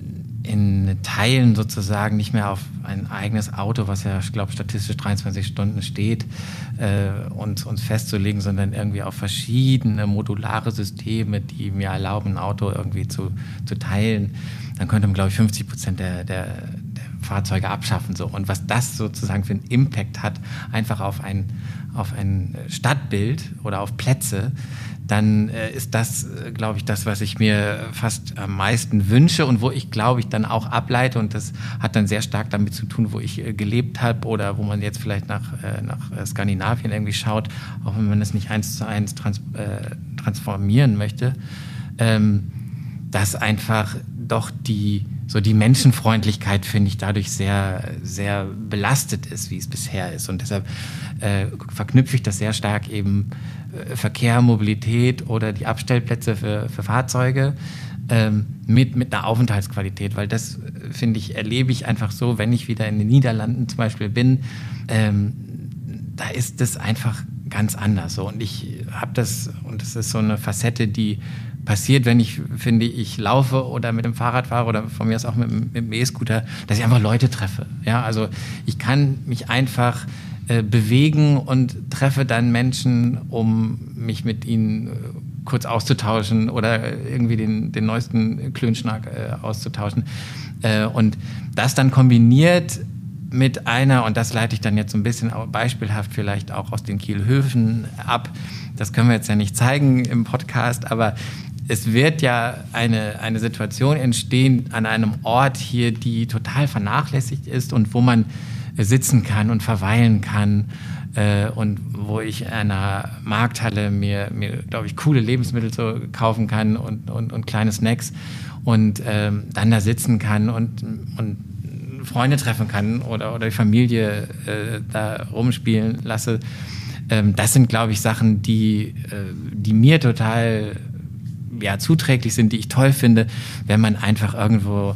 in Teilen sozusagen nicht mehr auf ein eigenes Auto, was ja, ich glaube, statistisch dreiundzwanzig Stunden steht, äh, uns, uns festzulegen, sondern irgendwie auf verschiedene modulare Systeme, die mir erlauben, ein Auto irgendwie zu, zu teilen, dann könnte man, glaube ich, fünfzig Prozent der, der, der Fahrzeuge abschaffen. So. Und was das sozusagen für einen Impact hat, einfach auf ein, auf ein Stadtbild oder auf Plätze, dann äh, ist das, äh, glaube ich, das, was ich mir fast am meisten wünsche und wo ich, glaube ich, dann auch ableite. Und das hat dann sehr stark damit zu tun, wo ich äh, gelebt habe oder wo man jetzt vielleicht nach, äh, nach äh, Skandinavien irgendwie schaut, auch wenn man es nicht eins zu eins trans äh, transformieren möchte, ähm, dass einfach doch die, so die Menschenfreundlichkeit, finde ich, dadurch sehr, sehr belastet ist, wie es bisher ist. Und deshalb äh, verknüpfe ich das sehr stark eben äh, Verkehr, Mobilität oder die Abstellplätze für, für Fahrzeuge ähm, mit, mit einer Aufenthaltsqualität. Weil das, finde ich, erlebe ich einfach so, wenn ich wieder in den Niederlanden zum Beispiel bin, ähm, da ist das einfach ganz anders. So. Und ich habe das, und das ist so eine Facette, die passiert, wenn ich, finde ich, laufe oder mit dem Fahrrad fahre oder von mir aus auch mit, mit dem E-Scooter, dass ich einfach Leute treffe. Ja, also ich kann mich einfach äh, bewegen und treffe dann Menschen, um mich mit ihnen äh, kurz auszutauschen oder irgendwie den, den neuesten Klönschnack äh, auszutauschen. Äh, und das dann kombiniert mit einer, und das leite ich dann jetzt so ein bisschen beispielhaft vielleicht auch aus den Kielhöfen ab, das können wir jetzt ja nicht zeigen im Podcast, aber es wird ja eine, eine Situation entstehen an einem Ort hier, die total vernachlässigt ist und wo man sitzen kann und verweilen kann äh, und wo ich in einer Markthalle mir, mir glaube ich, coole Lebensmittel so kaufen kann und, und, und kleine Snacks und ähm, dann da sitzen kann und, und Freunde treffen kann oder, oder die Familie äh, da rumspielen lasse. Ähm, das sind, glaube ich, Sachen, die, äh, die mir total ja, zuträglich sind, die ich toll finde, wenn man einfach irgendwo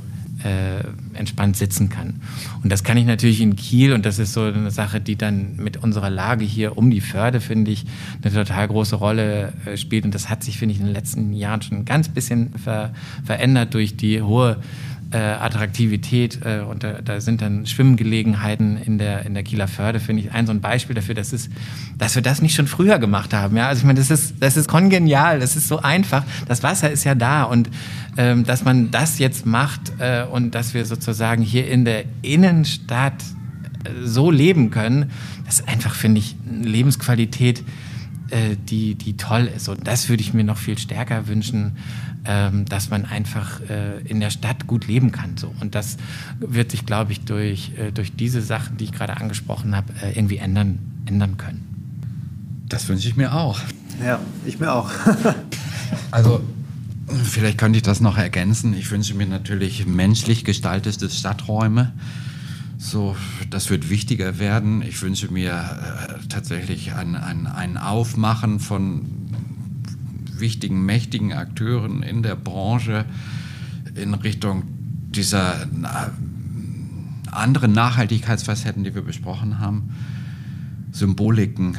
äh, entspannt sitzen kann. Und das kann ich natürlich in Kiel, und das ist so eine Sache, die dann mit unserer Lage hier um die Förde, finde ich, eine total große Rolle äh, spielt. Und das hat sich, finde ich, in den letzten Jahren schon ein ganz bisschen ver verändert durch die hohe Äh, Attraktivität äh, und da, da sind dann Schwimmgelegenheiten in der, in der Kieler Förde, finde ich, ein so ein Beispiel dafür, dass, es, dass wir das nicht schon früher gemacht haben. Ja? Also ich meine, das ist, das ist kongenial, das ist so einfach, das Wasser ist ja da und ähm, dass man das jetzt macht äh, und dass wir sozusagen hier in der Innenstadt äh, so leben können, das ist einfach, finde ich, eine Lebensqualität, äh, die, die toll ist und das würde ich mir noch viel stärker wünschen, dass man einfach äh, in der Stadt gut leben kann. So. Und das wird sich, glaube ich, durch, äh, durch diese Sachen, die ich gerade angesprochen habe, äh, irgendwie ändern, ändern können. Das wünsche ich mir auch. Ja, ich mir auch. Also, vielleicht könnte ich das noch ergänzen. Ich wünsche mir natürlich menschlich gestaltete Stadträume. So, das wird wichtiger werden. Ich wünsche mir äh, tatsächlich ein, ein, ein Aufmachen von wichtigen, mächtigen Akteuren in der Branche in Richtung dieser na, anderen Nachhaltigkeitsfacetten, die wir besprochen haben. Symboliken,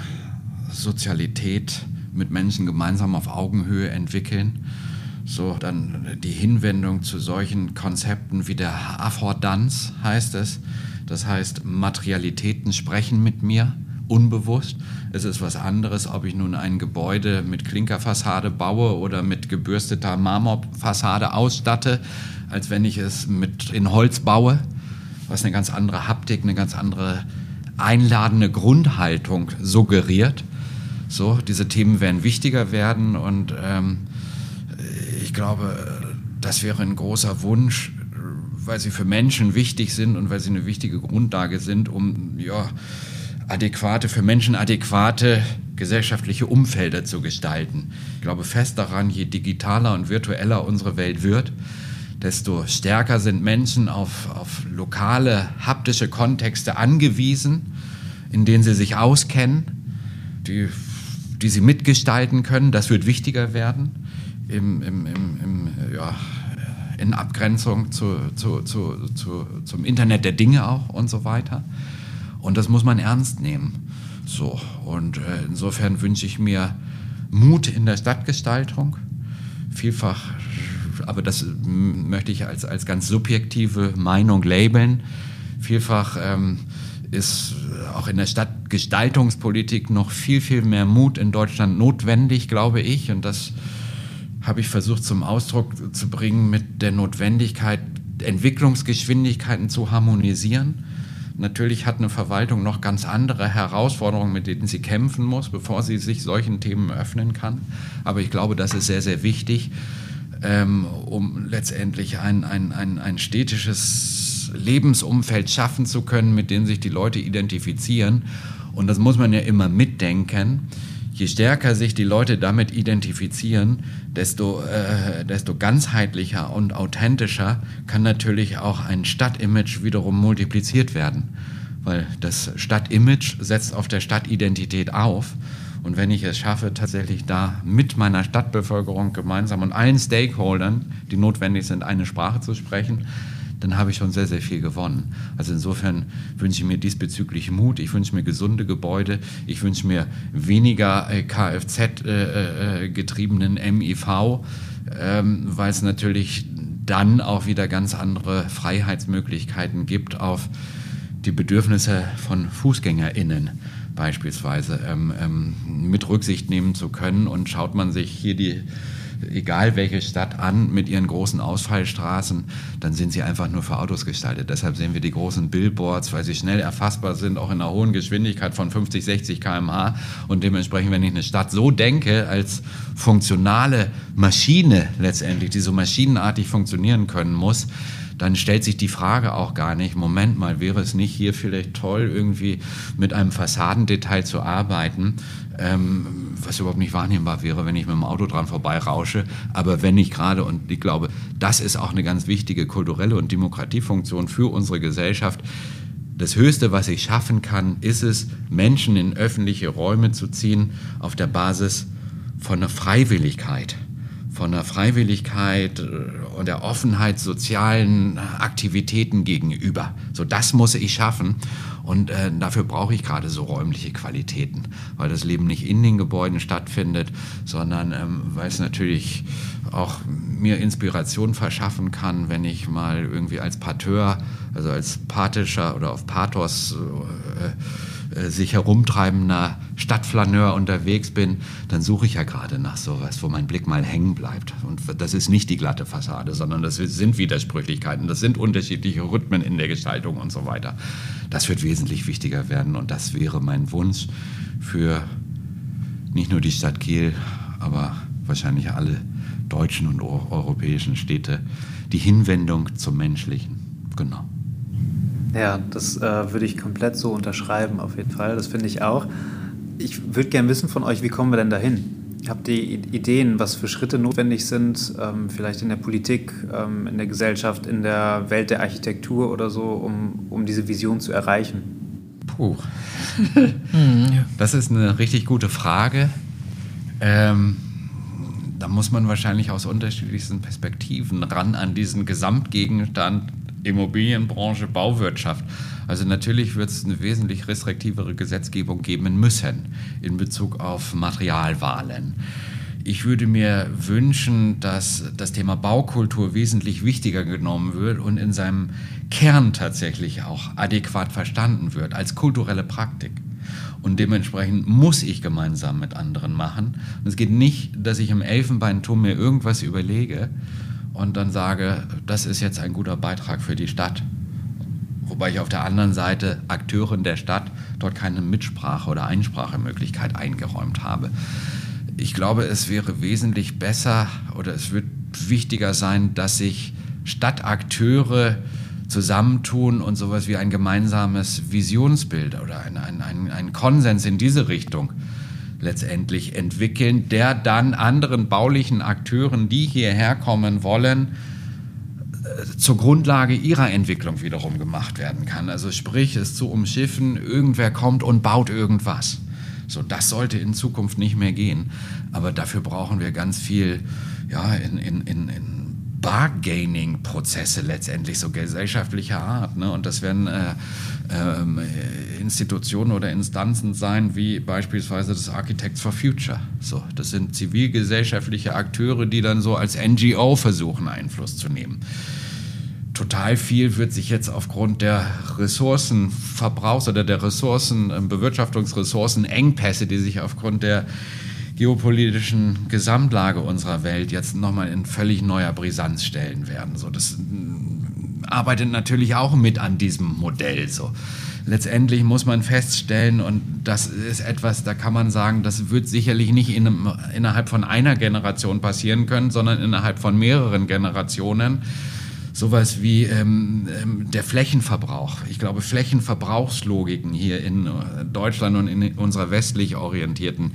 Sozialität mit Menschen gemeinsam auf Augenhöhe entwickeln. So, dann die Hinwendung zu solchen Konzepten wie der Affordanz heißt es. Das heißt, Materialitäten sprechen mit mir, unbewusst. Es ist was anderes, ob ich nun ein Gebäude mit Klinkerfassade baue oder mit gebürsteter Marmorfassade ausstatte, als wenn ich es mit in Holz baue, was eine ganz andere Haptik, eine ganz andere einladende Grundhaltung suggeriert. So, diese Themen werden wichtiger werden und ähm, ich glaube, das wäre ein großer Wunsch, weil sie für Menschen wichtig sind und weil sie eine wichtige Grundlage sind, um ja, adäquate, für Menschen adäquate gesellschaftliche Umfelder zu gestalten. Ich glaube fest daran, je digitaler und virtueller unsere Welt wird, desto stärker sind Menschen auf, auf lokale, haptische Kontexte angewiesen, in denen sie sich auskennen, die, die sie mitgestalten können. Das wird wichtiger werden im, im, im, im, ja, in Abgrenzung zu, zu, zu, zu, zum Internet der Dinge auch und so weiter. Und das muss man ernst nehmen. So, und äh, insofern wünsche ich mir Mut in der Stadtgestaltung, vielfach aber das m, möchte ich als, als ganz subjektive Meinung labeln. Vielfach ähm, ist auch in der Stadtgestaltungspolitik noch viel, viel mehr Mut in Deutschland notwendig, glaube ich. Und das habe ich versucht zum Ausdruck zu bringen mit der Notwendigkeit, Entwicklungsgeschwindigkeiten zu harmonisieren. Natürlich hat eine Verwaltung noch ganz andere Herausforderungen, mit denen sie kämpfen muss, bevor sie sich solchen Themen öffnen kann. Aber ich glaube, das ist sehr, sehr wichtig, ähm, um letztendlich ein, ein, ein, ein städtisches Lebensumfeld schaffen zu können, mit dem sich die Leute identifizieren. Und das muss man ja immer mitdenken. Je stärker sich die Leute damit identifizieren, desto, äh, desto ganzheitlicher und authentischer kann natürlich auch ein Stadtimage wiederum multipliziert werden. Weil das Stadtimage setzt auf der Stadtidentität auf. Und wenn ich es schaffe, tatsächlich da mit meiner Stadtbevölkerung gemeinsam und allen Stakeholdern, die notwendig sind, eine Sprache zu sprechen, dann habe ich schon sehr, sehr viel gewonnen. Also insofern wünsche ich mir diesbezüglich Mut, ich wünsche mir gesunde Gebäude, ich wünsche mir weniger äh, Kfz-getriebenen äh, M I V, ähm, weil es natürlich dann auch wieder ganz andere Freiheitsmöglichkeiten gibt, auf die Bedürfnisse von FußgängerInnen beispielsweise ähm, ähm, mit Rücksicht nehmen zu können. Und schaut man sich hier die egal welche Stadt an mit ihren großen Ausfallstraßen, dann sind sie einfach nur für Autos gestaltet. Deshalb sehen wir die großen Billboards, weil sie schnell erfassbar sind, auch in einer hohen Geschwindigkeit von fünfzig, sechzig Kilometer pro Stunde. Und dementsprechend, wenn ich eine Stadt so denke, als funktionale Maschine letztendlich, die so maschinenartig funktionieren können muss, dann stellt sich die Frage auch gar nicht, Moment mal, wäre es nicht hier vielleicht toll, irgendwie mit einem Fassadendetail zu arbeiten, ähm, was überhaupt nicht wahrnehmbar wäre, wenn ich mit dem Auto dran vorbeirausche. Aber wenn ich gerade, und ich glaube, das ist auch eine ganz wichtige kulturelle und Demokratiefunktion für unsere Gesellschaft, das Höchste, was ich schaffen kann, ist es, Menschen in öffentliche Räume zu ziehen auf der Basis von einer Freiwilligkeit. Von der Freiwilligkeit und der Offenheit sozialen Aktivitäten gegenüber. So, das muss ich schaffen. Und äh, dafür brauche ich gerade so räumliche Qualitäten, weil das Leben nicht in den Gebäuden stattfindet, sondern ähm, weil es natürlich auch mir Inspiration verschaffen kann, wenn ich mal irgendwie als Pateur, also als pathischer oder auf Pathos äh, äh, sich herumtreibender Stadtflaneur unterwegs bin, dann suche ich ja gerade nach sowas, wo mein Blick mal hängen bleibt. Und das ist nicht die glatte Fassade, sondern das sind Widersprüchlichkeiten, das sind unterschiedliche Rhythmen in der Gestaltung und so weiter. Das wird wesentlich wichtiger werden und das wäre mein Wunsch für nicht nur die Stadt Kiel, aber wahrscheinlich alle deutschen und europäischen Städte, die Hinwendung zum Menschlichen. Genau. Ja, das äh, würde ich komplett so unterschreiben, auf jeden Fall. Das finde ich auch. Ich würde gerne wissen von euch, wie kommen wir denn dahin? Habt ihr Ideen, was für Schritte notwendig sind, ähm, vielleicht in der Politik, ähm, in der Gesellschaft, in der Welt der Architektur oder so, um, um diese Vision zu erreichen? Puh. Das ist eine richtig gute Frage. Ähm, da muss man wahrscheinlich aus unterschiedlichsten Perspektiven ran an diesen Gesamtgegenstand Immobilienbranche, Bauwirtschaft. Also natürlich wird es eine wesentlich restriktivere Gesetzgebung geben müssen in Bezug auf Materialwahlen. Ich würde mir wünschen, dass das Thema Baukultur wesentlich wichtiger genommen wird und in seinem Kern tatsächlich auch adäquat verstanden wird als kulturelle Praktik. Und dementsprechend muss ich gemeinsam mit anderen machen. Und es geht nicht, dass ich im Elfenbeinturm mir irgendwas überlege und dann sage, das ist jetzt ein guter Beitrag für die Stadt. Wobei ich auf der anderen Seite Akteuren der Stadt dort keine Mitsprache oder Einsprachemöglichkeit eingeräumt habe. Ich glaube, es wäre wesentlich besser oder es wird wichtiger sein, dass sich Stadtakteure zusammentun und sowas wie ein gemeinsames Visionsbild oder ein, ein, ein, ein Konsens in diese Richtung letztendlich entwickeln, der dann anderen baulichen Akteuren, die hierher kommen wollen, zur Grundlage ihrer Entwicklung wiederum gemacht werden kann. Also sprich, es zu umschiffen, irgendwer kommt und baut irgendwas. So, das sollte in Zukunft nicht mehr gehen. Aber dafür brauchen wir ganz viel ja, in, in, in, in Bargaining-Prozesse letztendlich, so gesellschaftlicher Art. Ne? Und das werden äh, äh, Institutionen oder Instanzen sein, wie beispielsweise das Architects for Future. So, das sind zivilgesellschaftliche Akteure, die dann so als N G O versuchen, Einfluss zu nehmen. Total viel wird sich jetzt aufgrund der Ressourcenverbrauchs oder der Ressourcen, Bewirtschaftungsressourcenengpässe, die sich aufgrund der geopolitischen Gesamtlage unserer Welt jetzt nochmal in völlig neuer Brisanz stellen werden. So, das arbeitet natürlich auch mit an diesem Modell. So. Letztendlich muss man feststellen, und das ist etwas, da kann man sagen, das wird sicherlich nicht in einem, innerhalb von einer Generation passieren können, sondern innerhalb von mehreren Generationen. Sowas wie ähm, der Flächenverbrauch. Ich glaube, Flächenverbrauchslogiken hier in Deutschland und in unserer westlich orientierten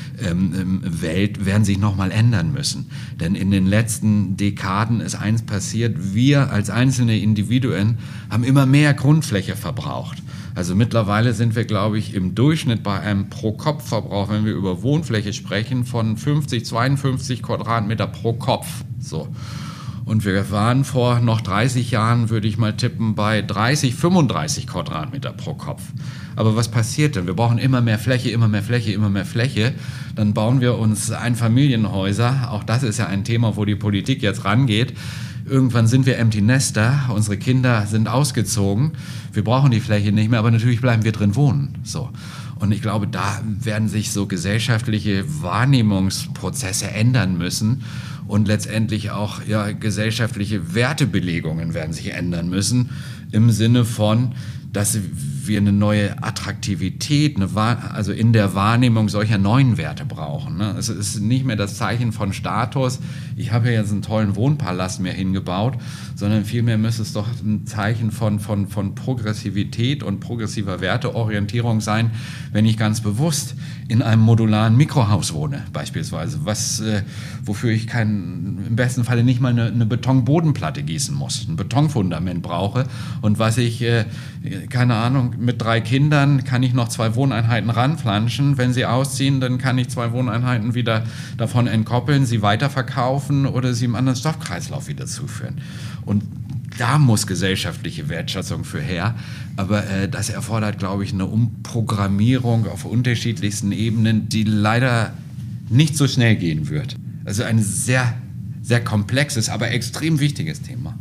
ähm, Welt werden sich nochmal ändern müssen. Denn in den letzten Dekaden ist eins passiert: Wir als einzelne Individuen haben immer mehr Grundfläche verbraucht. Also mittlerweile sind wir, glaube ich, im Durchschnitt bei einem Pro-Kopf-Verbrauch, wenn wir über Wohnfläche sprechen, von fünfzig, zweiundfünfzig Quadratmeter pro Kopf. So. Und wir waren vor noch dreißig Jahren, würde ich mal tippen, bei dreißig, fünfunddreißig Quadratmeter pro Kopf. Aber was passiert denn? Wir brauchen immer mehr Fläche, immer mehr Fläche, immer mehr Fläche. Dann bauen wir uns Einfamilienhäuser. Auch das ist ja ein Thema, wo die Politik jetzt rangeht. Irgendwann sind wir Empty Nester, unsere Kinder sind ausgezogen. Wir brauchen die Fläche nicht mehr, aber natürlich bleiben wir drin wohnen. So. Und ich glaube, da werden sich so gesellschaftliche Wahrnehmungsprozesse ändern müssen. Und letztendlich auch ja, gesellschaftliche Wertebelegungen werden sich ändern müssen, im Sinne von, dass wir eine neue Attraktivität, eine Wahr- also in der Wahrnehmung solcher neuen Werte brauchen. Ne? Es ist nicht mehr das Zeichen von Status, ich habe jetzt einen tollen Wohnpalast mir hingebaut, sondern vielmehr müsste es doch ein Zeichen von, von, von Progressivität und progressiver Werteorientierung sein, wenn ich ganz bewusst in einem modularen Mikrohaus wohne, beispielsweise, was, äh, wofür ich kein, im besten Falle nicht mal eine, eine Betonbodenplatte gießen muss, ein Betonfundament brauche, und was ich, äh, keine Ahnung, mit drei Kindern kann ich noch zwei Wohneinheiten ranflanschen. Wenn sie ausziehen, dann kann ich zwei Wohneinheiten wieder davon entkoppeln, sie weiterverkaufen oder sie im anderen Stoffkreislauf wieder zuführen. Und da muss gesellschaftliche Wertschätzung für her. Aber äh, das erfordert, glaube ich, eine Umprogrammierung auf unterschiedlichsten Ebenen, die leider nicht so schnell gehen wird. Also ein sehr, sehr komplexes, aber extrem wichtiges Thema.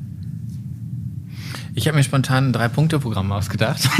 Ich habe mir spontan ein Drei-Punkte-Programm ausgedacht.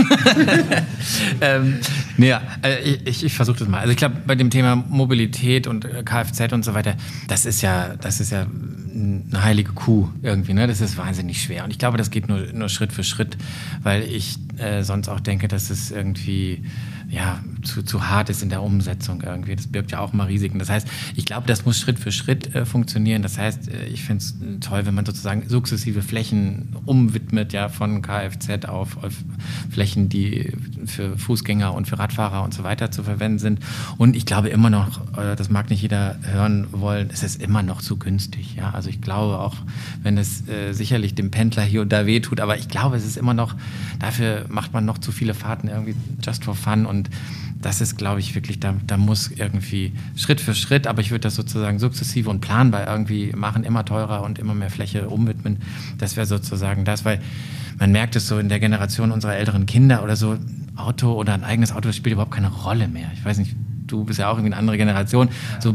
ähm, nee, ja, ich, ich versuche das mal. Also ich glaube, bei dem Thema Mobilität und Kfz und so weiter, das ist ja, das ist ja eine heilige Kuh irgendwie, ne? Das ist wahnsinnig schwer. Und ich glaube, das geht nur, nur Schritt für Schritt, weil ich äh, sonst auch denke, dass es irgendwie ja, zu, zu hart ist in der Umsetzung irgendwie. Das birgt ja auch mal Risiken. Das heißt, ich glaube, das muss Schritt für Schritt äh, funktionieren. Das heißt, äh, ich finde es toll, wenn man sozusagen sukzessive Flächen umwidmet, ja, von Kfz auf, auf Flächen, die für Fußgänger und für Radfahrer und so weiter zu verwenden sind. Und ich glaube immer noch, äh, das mag nicht jeder hören wollen, es ist immer noch zu günstig. Ja? Also ich glaube auch, wenn es äh, sicherlich dem Pendler hier und da wehtut, aber ich glaube, es ist immer noch, dafür macht man noch zu viele Fahrten irgendwie just for fun. Und Und das ist, glaube ich, wirklich, da, da muss irgendwie Schritt für Schritt, aber ich würde das sozusagen sukzessive und planbar irgendwie machen, immer teurer und immer mehr Fläche umwidmen. Das wäre sozusagen das, weil man merkt es so in der Generation unserer älteren Kinder oder so, Auto oder ein eigenes Auto, das spielt überhaupt keine Rolle mehr. Ich weiß nicht, du bist ja auch irgendwie eine andere Generation. So,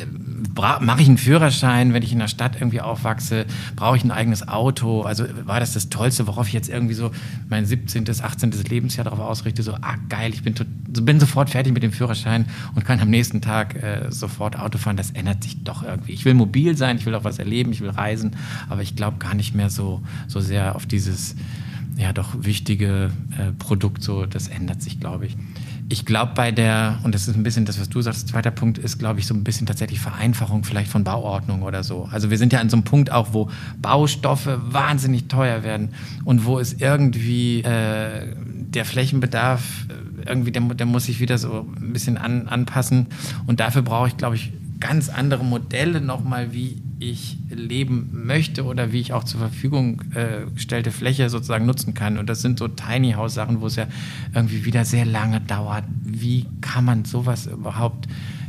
mache ich einen Führerschein, wenn ich in der Stadt irgendwie aufwachse? Brauche ich ein eigenes Auto? Also war das das Tollste, worauf ich jetzt irgendwie so mein siebzehntes, achtzehntes Lebensjahr darauf ausrichte, so, ah geil, ich bin, tot, bin sofort fertig mit dem Führerschein und kann am nächsten Tag äh, sofort Auto fahren. Das ändert sich doch irgendwie. Ich will mobil sein, ich will auch was erleben, ich will reisen, aber ich glaube gar nicht mehr so, so sehr auf dieses, ja doch wichtige äh, Produkt, so, das ändert sich, glaube ich. Ich glaube bei der, und das ist ein bisschen das, was du sagst, zweiter Punkt ist, glaube ich, so ein bisschen tatsächlich Vereinfachung vielleicht von Bauordnung oder so. Also wir sind ja an so einem Punkt auch, wo Baustoffe wahnsinnig teuer werden und wo es irgendwie äh, der Flächenbedarf, irgendwie der, der muss sich wieder so ein bisschen an, anpassen. Und dafür brauche ich, glaube ich, ganz andere Modelle nochmal, wie ich leben möchte oder wie ich auch zur Verfügung äh, gestellte Fläche sozusagen nutzen kann. Und das sind so Tiny House Sachen, wo es ja irgendwie wieder sehr lange dauert. Wie kann man sowas überhaupt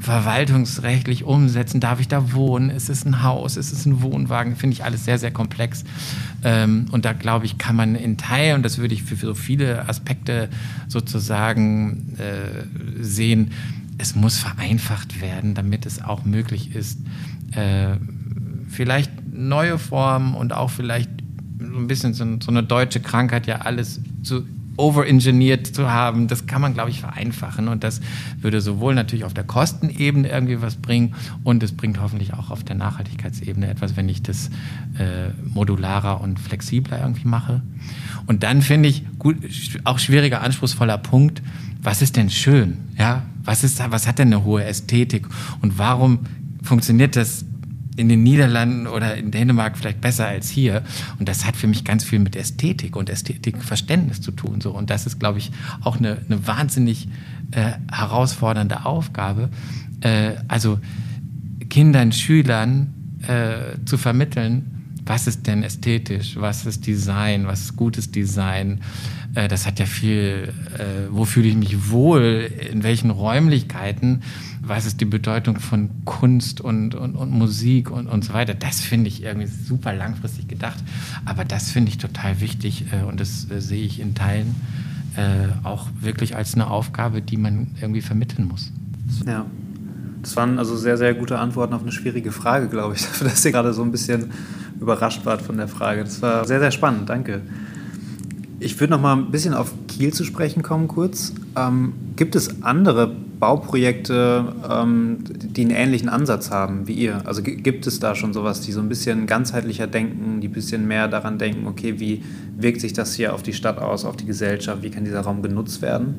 verwaltungsrechtlich umsetzen? Darf ich da wohnen? Ist es ein Haus? Ist es ein Wohnwagen? Finde ich alles sehr, sehr komplex. Ähm, und da, glaube ich, kann man in Teilen, und das würde ich für so viele Aspekte sozusagen äh, sehen, es muss vereinfacht werden, damit es auch möglich ist, äh, vielleicht neue Formen und auch vielleicht so ein bisschen so, so eine deutsche Krankheit, ja alles zu overengineert zu haben, das kann man, glaube ich, vereinfachen und das würde sowohl natürlich auf der Kostenebene irgendwie was bringen und es bringt hoffentlich auch auf der Nachhaltigkeitsebene etwas, wenn ich das äh, modularer und flexibler irgendwie mache. Und dann finde ich, gut, auch schwieriger, anspruchsvoller Punkt, was ist denn schön? Ja, was ist, was hat denn eine hohe Ästhetik und warum funktioniert das in den Niederlanden oder in Dänemark vielleicht besser als hier? Und das hat für mich ganz viel mit Ästhetik und Ästhetikverständnis zu tun. So. Und das ist, glaube ich, auch eine, eine wahnsinnig äh, herausfordernde Aufgabe. Äh, also Kindern, Schülern äh, zu vermitteln, was ist denn ästhetisch, was ist Design, was ist gutes Design. Äh, das hat ja viel, äh, wo fühle ich mich wohl, in welchen Räumlichkeiten, was ist die Bedeutung von Kunst und, und, und Musik und, und so weiter. Das finde ich irgendwie super langfristig gedacht. Aber das finde ich total wichtig äh, und das äh, sehe ich in Teilen äh, auch wirklich als eine Aufgabe, die man irgendwie vermitteln muss. Ja, das waren also sehr, sehr gute Antworten auf eine schwierige Frage, glaube ich, dafür, dass ihr gerade so ein bisschen überrascht wart von der Frage. Das war sehr, sehr spannend, danke. Ich würde noch mal ein bisschen auf Kiel zu sprechen kommen kurz. Ähm, gibt es andere Bauprojekte, ähm, die einen ähnlichen Ansatz haben wie ihr? Also g- gibt es da schon sowas, die so ein bisschen ganzheitlicher denken, die ein bisschen mehr daran denken, okay, wie wirkt sich das hier auf die Stadt aus, auf die Gesellschaft, wie kann dieser Raum genutzt werden?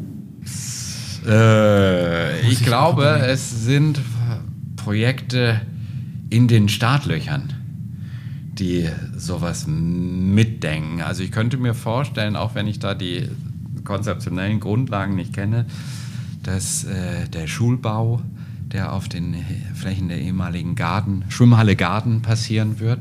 Äh, ich, ich glaube, es sind Projekte in den Startlöchern, die sowas mitdenken. Also ich könnte mir vorstellen, auch wenn ich da die konzeptionellen Grundlagen nicht kenne, dass äh, der Schulbau, der auf den Flächen der ehemaligen Garten, Schwimmhalle Garten passieren wird,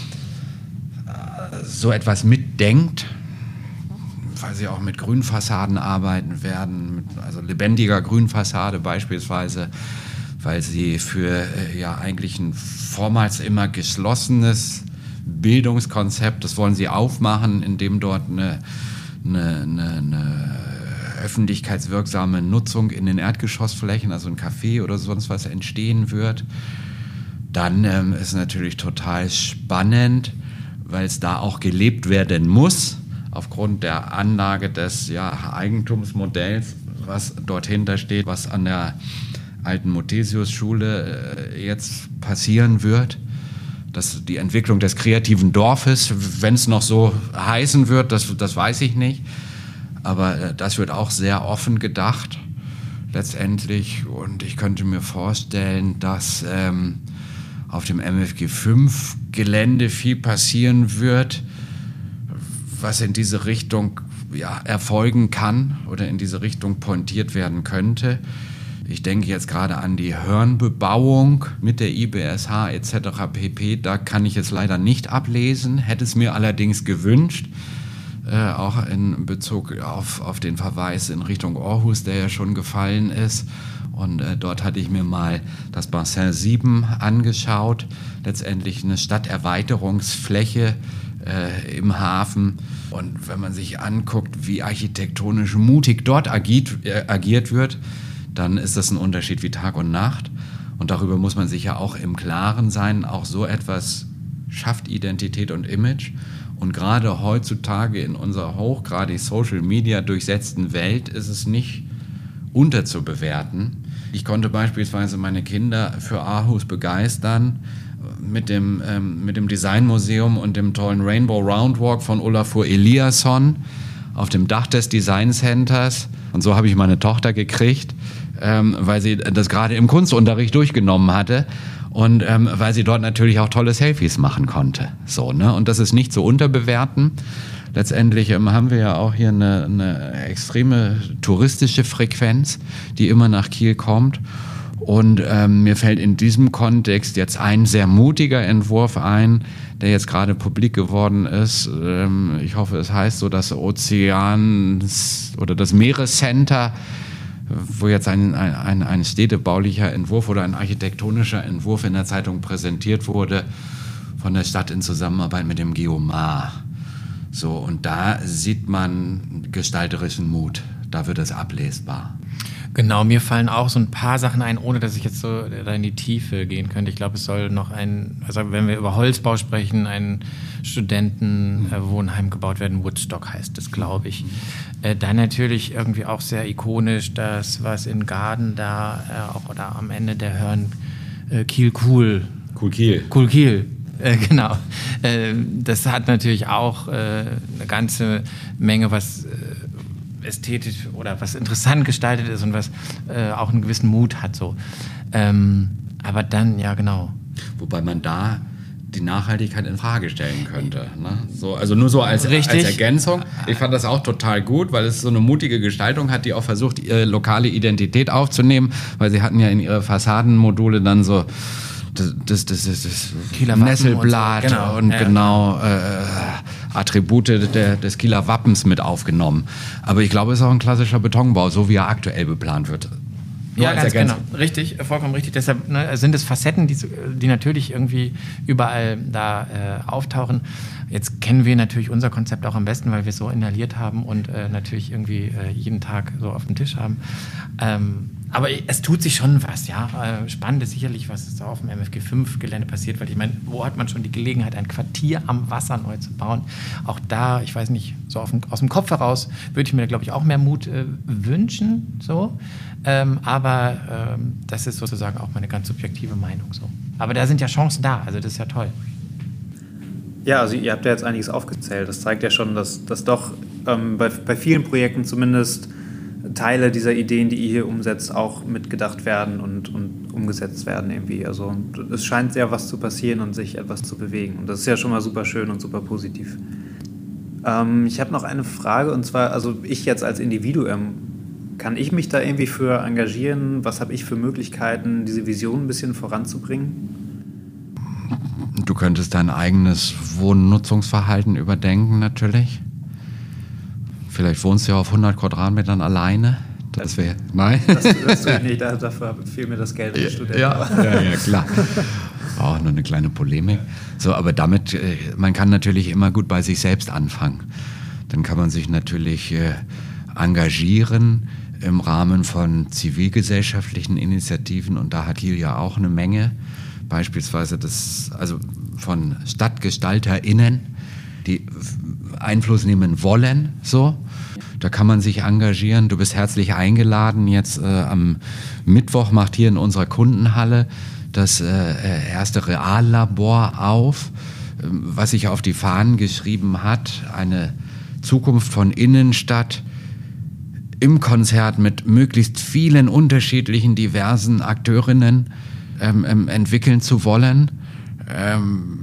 äh, so etwas mitdenkt, weil sie auch mit Grünfassaden arbeiten werden, mit, also lebendiger Grünfassade beispielsweise, weil sie für äh, ja eigentlich ein vormals immer geschlossenes Bildungskonzept, das wollen sie aufmachen, indem dort eine, eine, eine, eine öffentlichkeitswirksame Nutzung in den Erdgeschossflächen, also ein Café oder sonst was entstehen wird. Dann ähm, ist natürlich total spannend, weil es da auch gelebt werden muss, aufgrund der Anlage des ja, Eigentumsmodells, was dort hinter steht, was an der alten Muthesius-Schule äh, jetzt passieren wird. Das, die Entwicklung des kreativen Dorfes, wenn es noch so heißen wird, das, das weiß ich nicht. Aber äh, das wird auch sehr offen gedacht, letztendlich. Und ich könnte mir vorstellen, dass ähm, auf dem M F G fünf Gelände viel passieren wird, was in diese Richtung ja, erfolgen kann oder in diese Richtung pointiert werden könnte. Ich denke jetzt gerade an die Hörnbebauung mit der I B S H et cetera pp. Da kann ich es leider nicht ablesen, hätte es mir allerdings gewünscht, äh, auch in Bezug auf, auf den Verweis in Richtung Aarhus, der ja schon gefallen ist. Und äh, dort hatte ich mir mal das Bassin sieben angeschaut, letztendlich eine Stadterweiterungsfläche äh, im Hafen. Und wenn man sich anguckt, wie architektonisch mutig dort agiert, äh, agiert wird, dann ist das ein Unterschied wie Tag und Nacht. Und darüber muss man sich ja auch im Klaren sein. Auch so etwas schafft Identität und Image. Und gerade heutzutage in unserer hochgradig Social Media durchsetzten Welt ist es nicht unterzubewerten. Ich konnte beispielsweise meine Kinder für Aarhus begeistern mit dem, ähm, mit dem Designmuseum und dem tollen Rainbow Roundwalk von Olafur Eliasson auf dem Dach des Design Centers. Und so habe ich meine Tochter gekriegt, ähm, weil sie das gerade im Kunstunterricht durchgenommen hatte und ähm, weil sie dort natürlich auch tolle Selfies machen konnte. So, ne? Und das ist nicht zu unterbewerten. Letztendlich ähm, haben wir ja auch hier eine, eine extreme touristische Frequenz, die immer nach Kiel kommt. Und ähm, mir fällt in diesem Kontext jetzt ein sehr mutiger Entwurf ein, der jetzt gerade publik geworden ist. Ähm, ich hoffe, es heißt so das Ozeans- oder das Meerescenter wo jetzt ein, ein, ein städtebaulicher Entwurf oder ein architektonischer Entwurf in der Zeitung präsentiert wurde von der Stadt in Zusammenarbeit mit dem Geomar. So, und da sieht man gestalterischen Mut, da wird es ablesbar. Genau, mir fallen auch so ein paar Sachen ein, ohne dass ich jetzt so da in die Tiefe gehen könnte. Ich glaube, es soll noch ein, also wenn wir über Holzbau sprechen, ein Studentenwohnheim gebaut werden. Woodstock heißt es, glaube ich. Äh, dann natürlich irgendwie auch sehr ikonisch, das, was in Garden da äh, auch oder am Ende der Hörn äh, Kiel Cool. Cool Kiel. Cool Kiel. Äh, genau. Äh, das hat natürlich auch äh, eine ganze Menge, was äh, ästhetisch oder was interessant gestaltet ist und was äh, auch einen gewissen Mut hat. So. Ähm, aber dann, ja genau. Wobei man da die Nachhaltigkeit in Frage stellen könnte. Ne? So, also nur so als, als Ergänzung. Ich fand das auch total gut, weil es so eine mutige Gestaltung hat, die auch versucht, ihre lokale Identität aufzunehmen, weil sie hatten ja in ihre Fassadenmodule dann so das, das, das, das, das Kieler Nesselblatt und, so. genau, und ja. genau äh, Attribute der, des Kieler Wappens mit aufgenommen. Aber ich glaube, es ist auch ein klassischer Betonbau, so wie er aktuell beplant wird. Nur ja, ganz genau. Richtig, vollkommen richtig. Deshalb ne, sind es Facetten, die, die natürlich irgendwie überall da äh, auftauchen. Jetzt kennen wir natürlich unser Konzept auch am besten, weil wir es so inhaliert haben und äh, natürlich irgendwie äh, jeden Tag so auf dem Tisch haben. Ähm, aber es tut sich schon was, ja. Äh, spannend ist sicherlich, was ist da auf dem M F G fünf Gelände passiert, weil ich meine, wo hat man schon die Gelegenheit, ein Quartier am Wasser neu zu bauen? Auch da, ich weiß nicht, so auf dem, aus dem Kopf heraus würde ich mir, glaube ich, auch mehr Mut äh, wünschen, so. Ähm, aber ähm, das ist sozusagen auch meine ganz subjektive Meinung, so. Aber da sind ja Chancen da, also das ist ja toll. Ja, also ihr habt ja jetzt einiges aufgezählt. Das zeigt ja schon, dass, dass doch ähm, bei, bei vielen Projekten zumindest Teile dieser Ideen, die ihr hier umsetzt, auch mitgedacht werden und, und umgesetzt werden irgendwie. Also es scheint sehr was zu passieren und sich etwas zu bewegen. Und das ist ja schon mal super schön und super positiv. Ähm, ich habe noch eine Frage, und zwar, also ich jetzt als Individuum, kann ich mich da irgendwie für engagieren? Was habe ich für Möglichkeiten, diese Vision ein bisschen voranzubringen? Du könntest dein eigenes Wohnnutzungsverhalten überdenken, natürlich. Vielleicht wohnst du ja auf hundert Quadratmetern alleine. Das wäre, nein. Das, das tue ich nicht, dafür fiel mir das Geld als Student. Ja, ja, ja, klar. Auch nur eine kleine Polemik. So, aber damit, man kann natürlich immer gut bei sich selbst anfangen. Dann kann man sich natürlich äh, engagieren im Rahmen von zivilgesellschaftlichen Initiativen, und da hat Kiel ja auch eine Menge. Beispielsweise das, also von StadtgestalterInnen, die Einfluss nehmen wollen, so. Da kann man sich engagieren. Du bist herzlich eingeladen. Jetzt äh, am Mittwoch macht hier in unserer Kundenhalle das äh, erste Reallabor auf, äh, was sich auf die Fahnen geschrieben hat. Eine Zukunft von Innenstadt im Konzert mit möglichst vielen unterschiedlichen, diversen Akteurinnen ähm, ähm, entwickeln zu wollen. Ähm,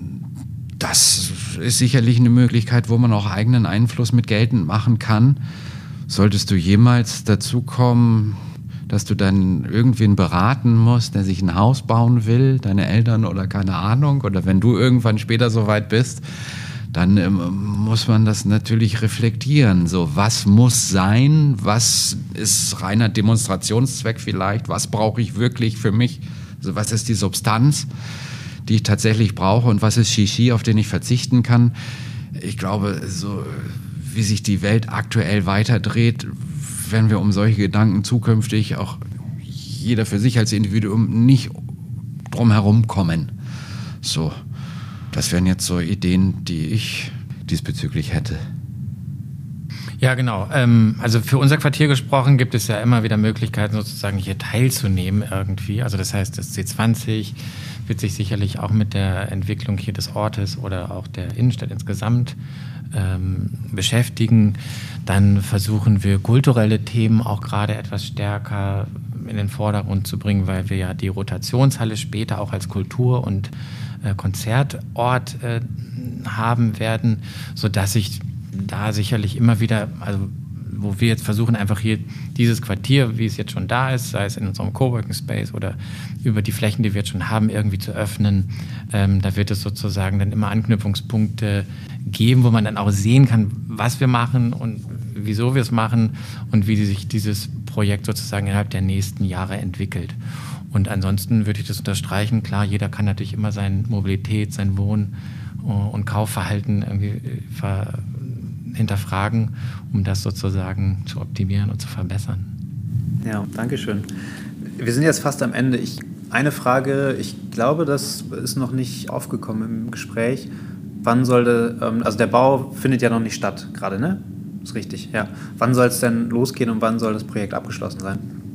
das ist sicherlich eine Möglichkeit, wo man auch eigenen Einfluss mit geltend machen kann. Solltest du jemals dazu kommen, dass du dann irgendwen beraten musst, der sich ein Haus bauen will, deine Eltern oder keine Ahnung, oder wenn du irgendwann später so weit bist, dann ähm, muss man das natürlich reflektieren. So, was muss sein? Was ist reiner Demonstrationszweck vielleicht? Was brauche ich wirklich für mich? Also, was ist die Substanz, die ich tatsächlich brauche, und was ist Shishi, auf den ich verzichten kann? Ich glaube, so wie sich die Welt aktuell weiterdreht, werden wir um solche Gedanken zukünftig auch jeder für sich als Individuum nicht drum herum kommen. So, das wären jetzt so Ideen, die ich diesbezüglich hätte. Ja, genau. Ähm, also für unser Quartier gesprochen gibt es ja immer wieder Möglichkeiten, sozusagen hier teilzunehmen irgendwie. Also das heißt, das C zwanzig wird sich sicherlich auch mit der Entwicklung hier des Ortes oder auch der Innenstadt insgesamt ähm, beschäftigen. Dann versuchen wir, kulturelle Themen auch gerade etwas stärker in den Vordergrund zu bringen, weil wir ja die Rotationshalle später auch als Kultur- und äh, Konzertort äh, haben werden, sodass ich da sicherlich immer wieder, also wo wir jetzt versuchen, einfach hier dieses Quartier, wie es jetzt schon da ist, sei es in unserem Coworking Space oder über die Flächen, die wir jetzt schon haben, irgendwie zu öffnen. Ähm, da wird es sozusagen dann immer Anknüpfungspunkte geben, wo man dann auch sehen kann, was wir machen und wieso wir es machen und wie sich dieses Projekt sozusagen innerhalb der nächsten Jahre entwickelt. Und ansonsten würde ich das unterstreichen. Klar, jeder kann natürlich immer seine Mobilität, sein Wohn- und Kaufverhalten irgendwie ver- hinterfragen, um das sozusagen zu optimieren und zu verbessern. Ja, danke schön. Wir sind jetzt fast am Ende. Ich, eine Frage, ich glaube, das ist noch nicht aufgekommen im Gespräch. Wann sollte, also der Bau findet ja noch nicht statt gerade, ne? Ist richtig, ja. Wann soll es denn losgehen und wann soll das Projekt abgeschlossen sein?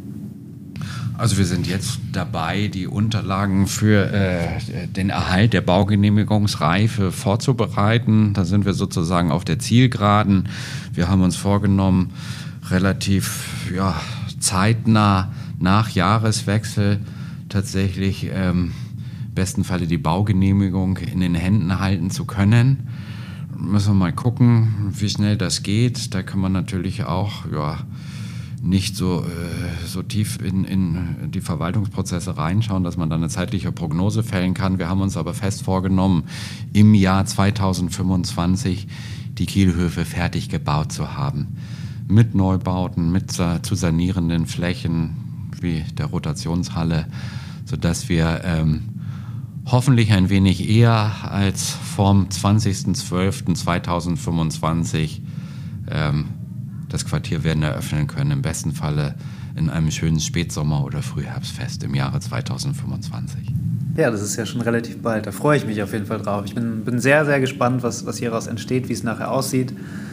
Also wir sind jetzt dabei, die Unterlagen für äh, den Erhalt der Baugenehmigungsreife vorzubereiten. Da sind wir sozusagen auf der Zielgeraden. Wir haben uns vorgenommen, relativ ja, zeitnah nach Jahreswechsel tatsächlich ähm, im besten Falle die Baugenehmigung in den Händen halten zu können. Müssen wir mal gucken, wie schnell das geht. Da kann man natürlich auch ja, nicht so, äh, so tief in, in die Verwaltungsprozesse reinschauen, dass man dann eine zeitliche Prognose fällen kann. Wir haben uns aber fest vorgenommen, im Jahr zweitausendfünfundzwanzig die Kielhöfe fertig gebaut zu haben. Mit Neubauten, mit zu sanierenden Flächen wie der Rotationshalle, sodass wir ähm, hoffentlich ein wenig eher als vom zwanzigsten zwölften zweitausendfünfundzwanzig ähm, das Quartier werden eröffnen können, im besten Falle in einem schönen Spätsommer- oder Frühherbstfest im Jahre zweitausendfünfundzwanzig. Ja, das ist ja schon relativ bald. Da freue ich mich auf jeden Fall drauf. Ich bin, bin sehr, sehr gespannt, was, was hieraus entsteht, wie es nachher aussieht.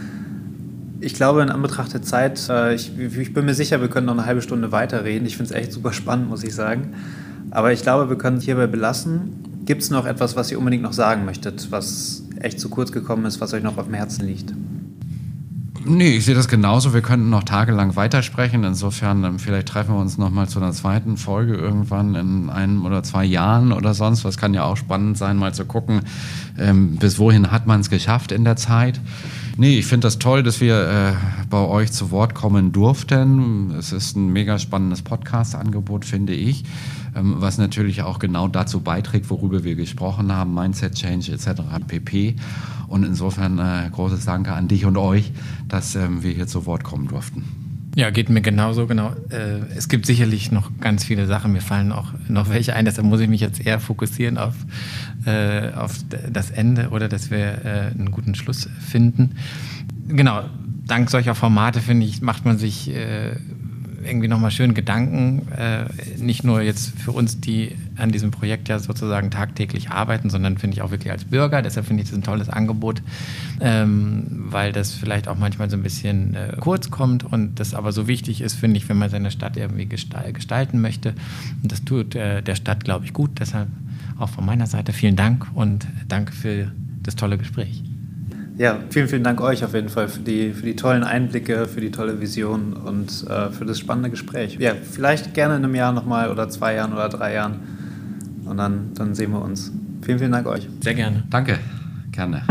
Ich glaube, in Anbetracht der Zeit, äh, ich, ich bin mir sicher, wir können noch eine halbe Stunde weiterreden. Ich finde es echt super spannend, muss ich sagen. Aber ich glaube, wir können es hierbei belassen. Gibt es noch etwas, was ihr unbedingt noch sagen möchtet, was echt zu kurz gekommen ist, was euch noch auf dem Herzen liegt? Nee, ich sehe das genauso. Wir könnten noch tagelang weitersprechen. Insofern, vielleicht treffen wir uns noch mal zu einer zweiten Folge irgendwann in einem oder zwei Jahren oder sonst was. Kann ja auch spannend sein, mal zu gucken, ähm, bis wohin hat man es geschafft in der Zeit. Nee, ich finde das toll, dass wir äh, bei euch zu Wort kommen durften. Es ist ein mega spannendes Podcast-Angebot, finde ich, ähm, was natürlich auch genau dazu beiträgt, worüber wir gesprochen haben, Mindset Change et cetera pp. Und insofern äh, großes Danke an dich und euch, dass ähm, wir hier zu Wort kommen durften. Ja, geht mir genauso, genau. Äh, es gibt sicherlich noch ganz viele Sachen, mir fallen auch noch welche ein, deshalb muss ich mich jetzt eher fokussieren auf, äh, auf das Ende oder dass wir äh, einen guten Schluss finden. Genau, dank solcher Formate, finde ich, macht man sich äh, irgendwie nochmal schön Gedanken, äh, nicht nur jetzt für uns, die an diesem Projekt ja sozusagen tagtäglich arbeiten, sondern finde ich auch wirklich als Bürger. Deshalb finde ich das ein tolles Angebot, ähm, weil das vielleicht auch manchmal so ein bisschen äh, kurz kommt und das aber so wichtig ist, finde ich, wenn man seine Stadt irgendwie gestal- gestalten möchte. Und das tut äh, der Stadt, glaube ich, gut. Deshalb auch von meiner Seite vielen Dank und danke für das tolle Gespräch. Ja, vielen, vielen Dank euch auf jeden Fall für die, für die tollen Einblicke, für die tolle Vision und äh, für das spannende Gespräch. Ja, vielleicht gerne in einem Jahr nochmal oder zwei Jahren oder drei Jahren und dann, dann sehen wir uns. Vielen, vielen Dank euch. Sehr gerne. Danke, gerne.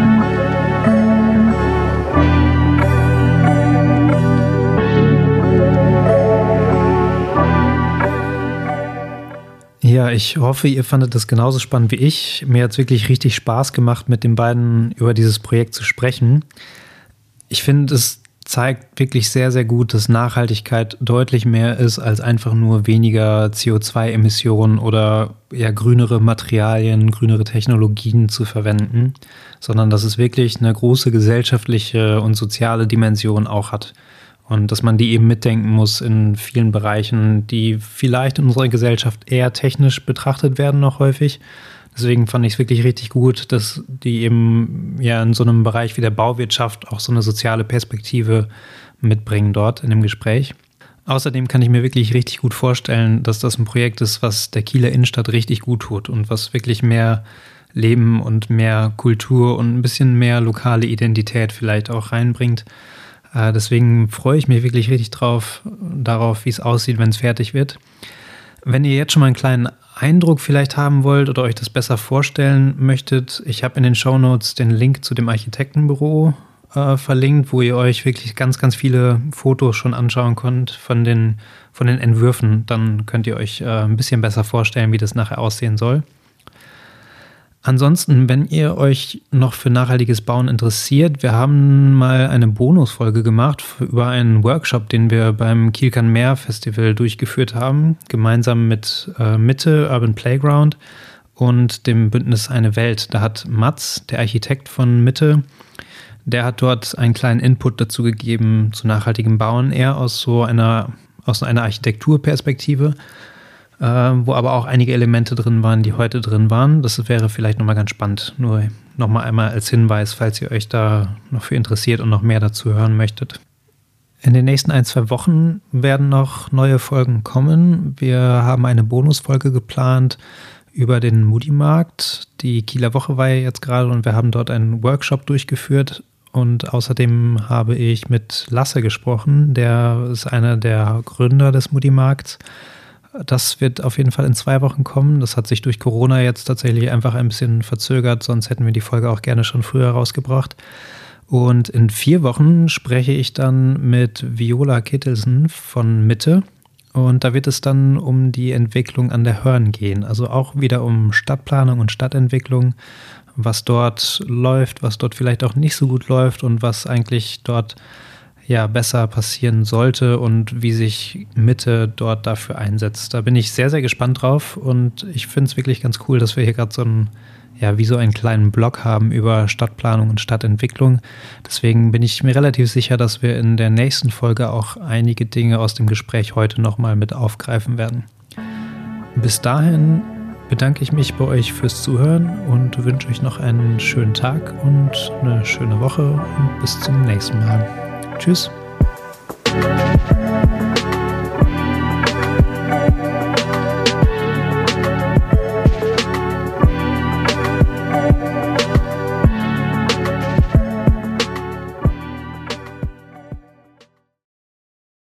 Ja, ich hoffe, ihr fandet das genauso spannend wie ich. Mir hat es wirklich richtig Spaß gemacht, mit den beiden über dieses Projekt zu sprechen. Ich finde, es zeigt wirklich sehr, sehr gut, dass Nachhaltigkeit deutlich mehr ist als einfach nur weniger C O zwei Emissionen oder ja, grünere Materialien, grünere Technologien zu verwenden, sondern dass es wirklich eine große gesellschaftliche und soziale Dimension auch hat. Und dass man die eben mitdenken muss in vielen Bereichen, die vielleicht in unserer Gesellschaft eher technisch betrachtet werden noch häufig. Deswegen fand ich es wirklich richtig gut, dass die eben ja in so einem Bereich wie der Bauwirtschaft auch so eine soziale Perspektive mitbringen dort in dem Gespräch. Außerdem kann ich mir wirklich richtig gut vorstellen, dass das ein Projekt ist, was der Kieler Innenstadt richtig gut tut und was wirklich mehr Leben und mehr Kultur und ein bisschen mehr lokale Identität vielleicht auch reinbringt. Deswegen freue ich mich wirklich richtig drauf, darauf, wie es aussieht, wenn es fertig wird. Wenn ihr jetzt schon mal einen kleinen Eindruck vielleicht haben wollt oder euch das besser vorstellen möchtet, ich habe in den Shownotes den Link zu dem Architektenbüro äh, verlinkt, wo ihr euch wirklich ganz, ganz viele Fotos schon anschauen könnt von den, von den Entwürfen. Dann könnt ihr euch äh, ein bisschen besser vorstellen, wie das nachher aussehen soll. Ansonsten, wenn ihr euch noch für nachhaltiges Bauen interessiert, wir haben mal eine Bonusfolge gemacht über einen Workshop, den wir beim Kiel kann mehr Festival durchgeführt haben, gemeinsam mit äh, Mitte, Urban Playground und dem Bündnis Eine Welt. Da hat Mats, der Architekt von Mitte, der hat dort einen kleinen Input dazu gegeben zu nachhaltigem Bauen, eher aus so einer, aus einer Architekturperspektive, äh, wo aber auch einige Elemente drin waren, die heute drin waren. Das wäre vielleicht nochmal ganz spannend. Nur nochmal einmal als Hinweis, falls ihr euch da noch für interessiert und noch mehr dazu hören möchtet. In den nächsten ein, zwei Wochen werden noch neue Folgen kommen. Wir haben eine Bonusfolge geplant über den Moody-Markt. Die Kieler Woche war ja jetzt gerade und wir haben dort einen Workshop durchgeführt. Und außerdem habe ich mit Lasse gesprochen, der ist einer der Gründer des Moody-Markts. Das wird auf jeden Fall in zwei Wochen kommen. Das hat sich durch Corona jetzt tatsächlich einfach ein bisschen verzögert, sonst hätten wir die Folge auch gerne schon früher rausgebracht. Und in vier Wochen spreche ich dann mit Viola Kittelsen von Mitte. Und da wird es dann um die Entwicklung an der Hörn gehen. Also auch wieder um Stadtplanung und Stadtentwicklung, was dort läuft, was dort vielleicht auch nicht so gut läuft und was eigentlich dort ja besser passieren sollte und wie sich Mitte dort dafür einsetzt. Da bin ich sehr, sehr gespannt drauf und ich finde es wirklich ganz cool, dass wir hier gerade so einen, ja, wie so einen kleinen Blog haben über Stadtplanung und Stadtentwicklung. Deswegen bin ich mir relativ sicher, dass wir in der nächsten Folge auch einige Dinge aus dem Gespräch heute nochmal mit aufgreifen werden. Bis dahin bedanke ich mich bei euch fürs Zuhören und wünsche euch noch einen schönen Tag und eine schöne Woche und bis zum nächsten Mal. Tschüss.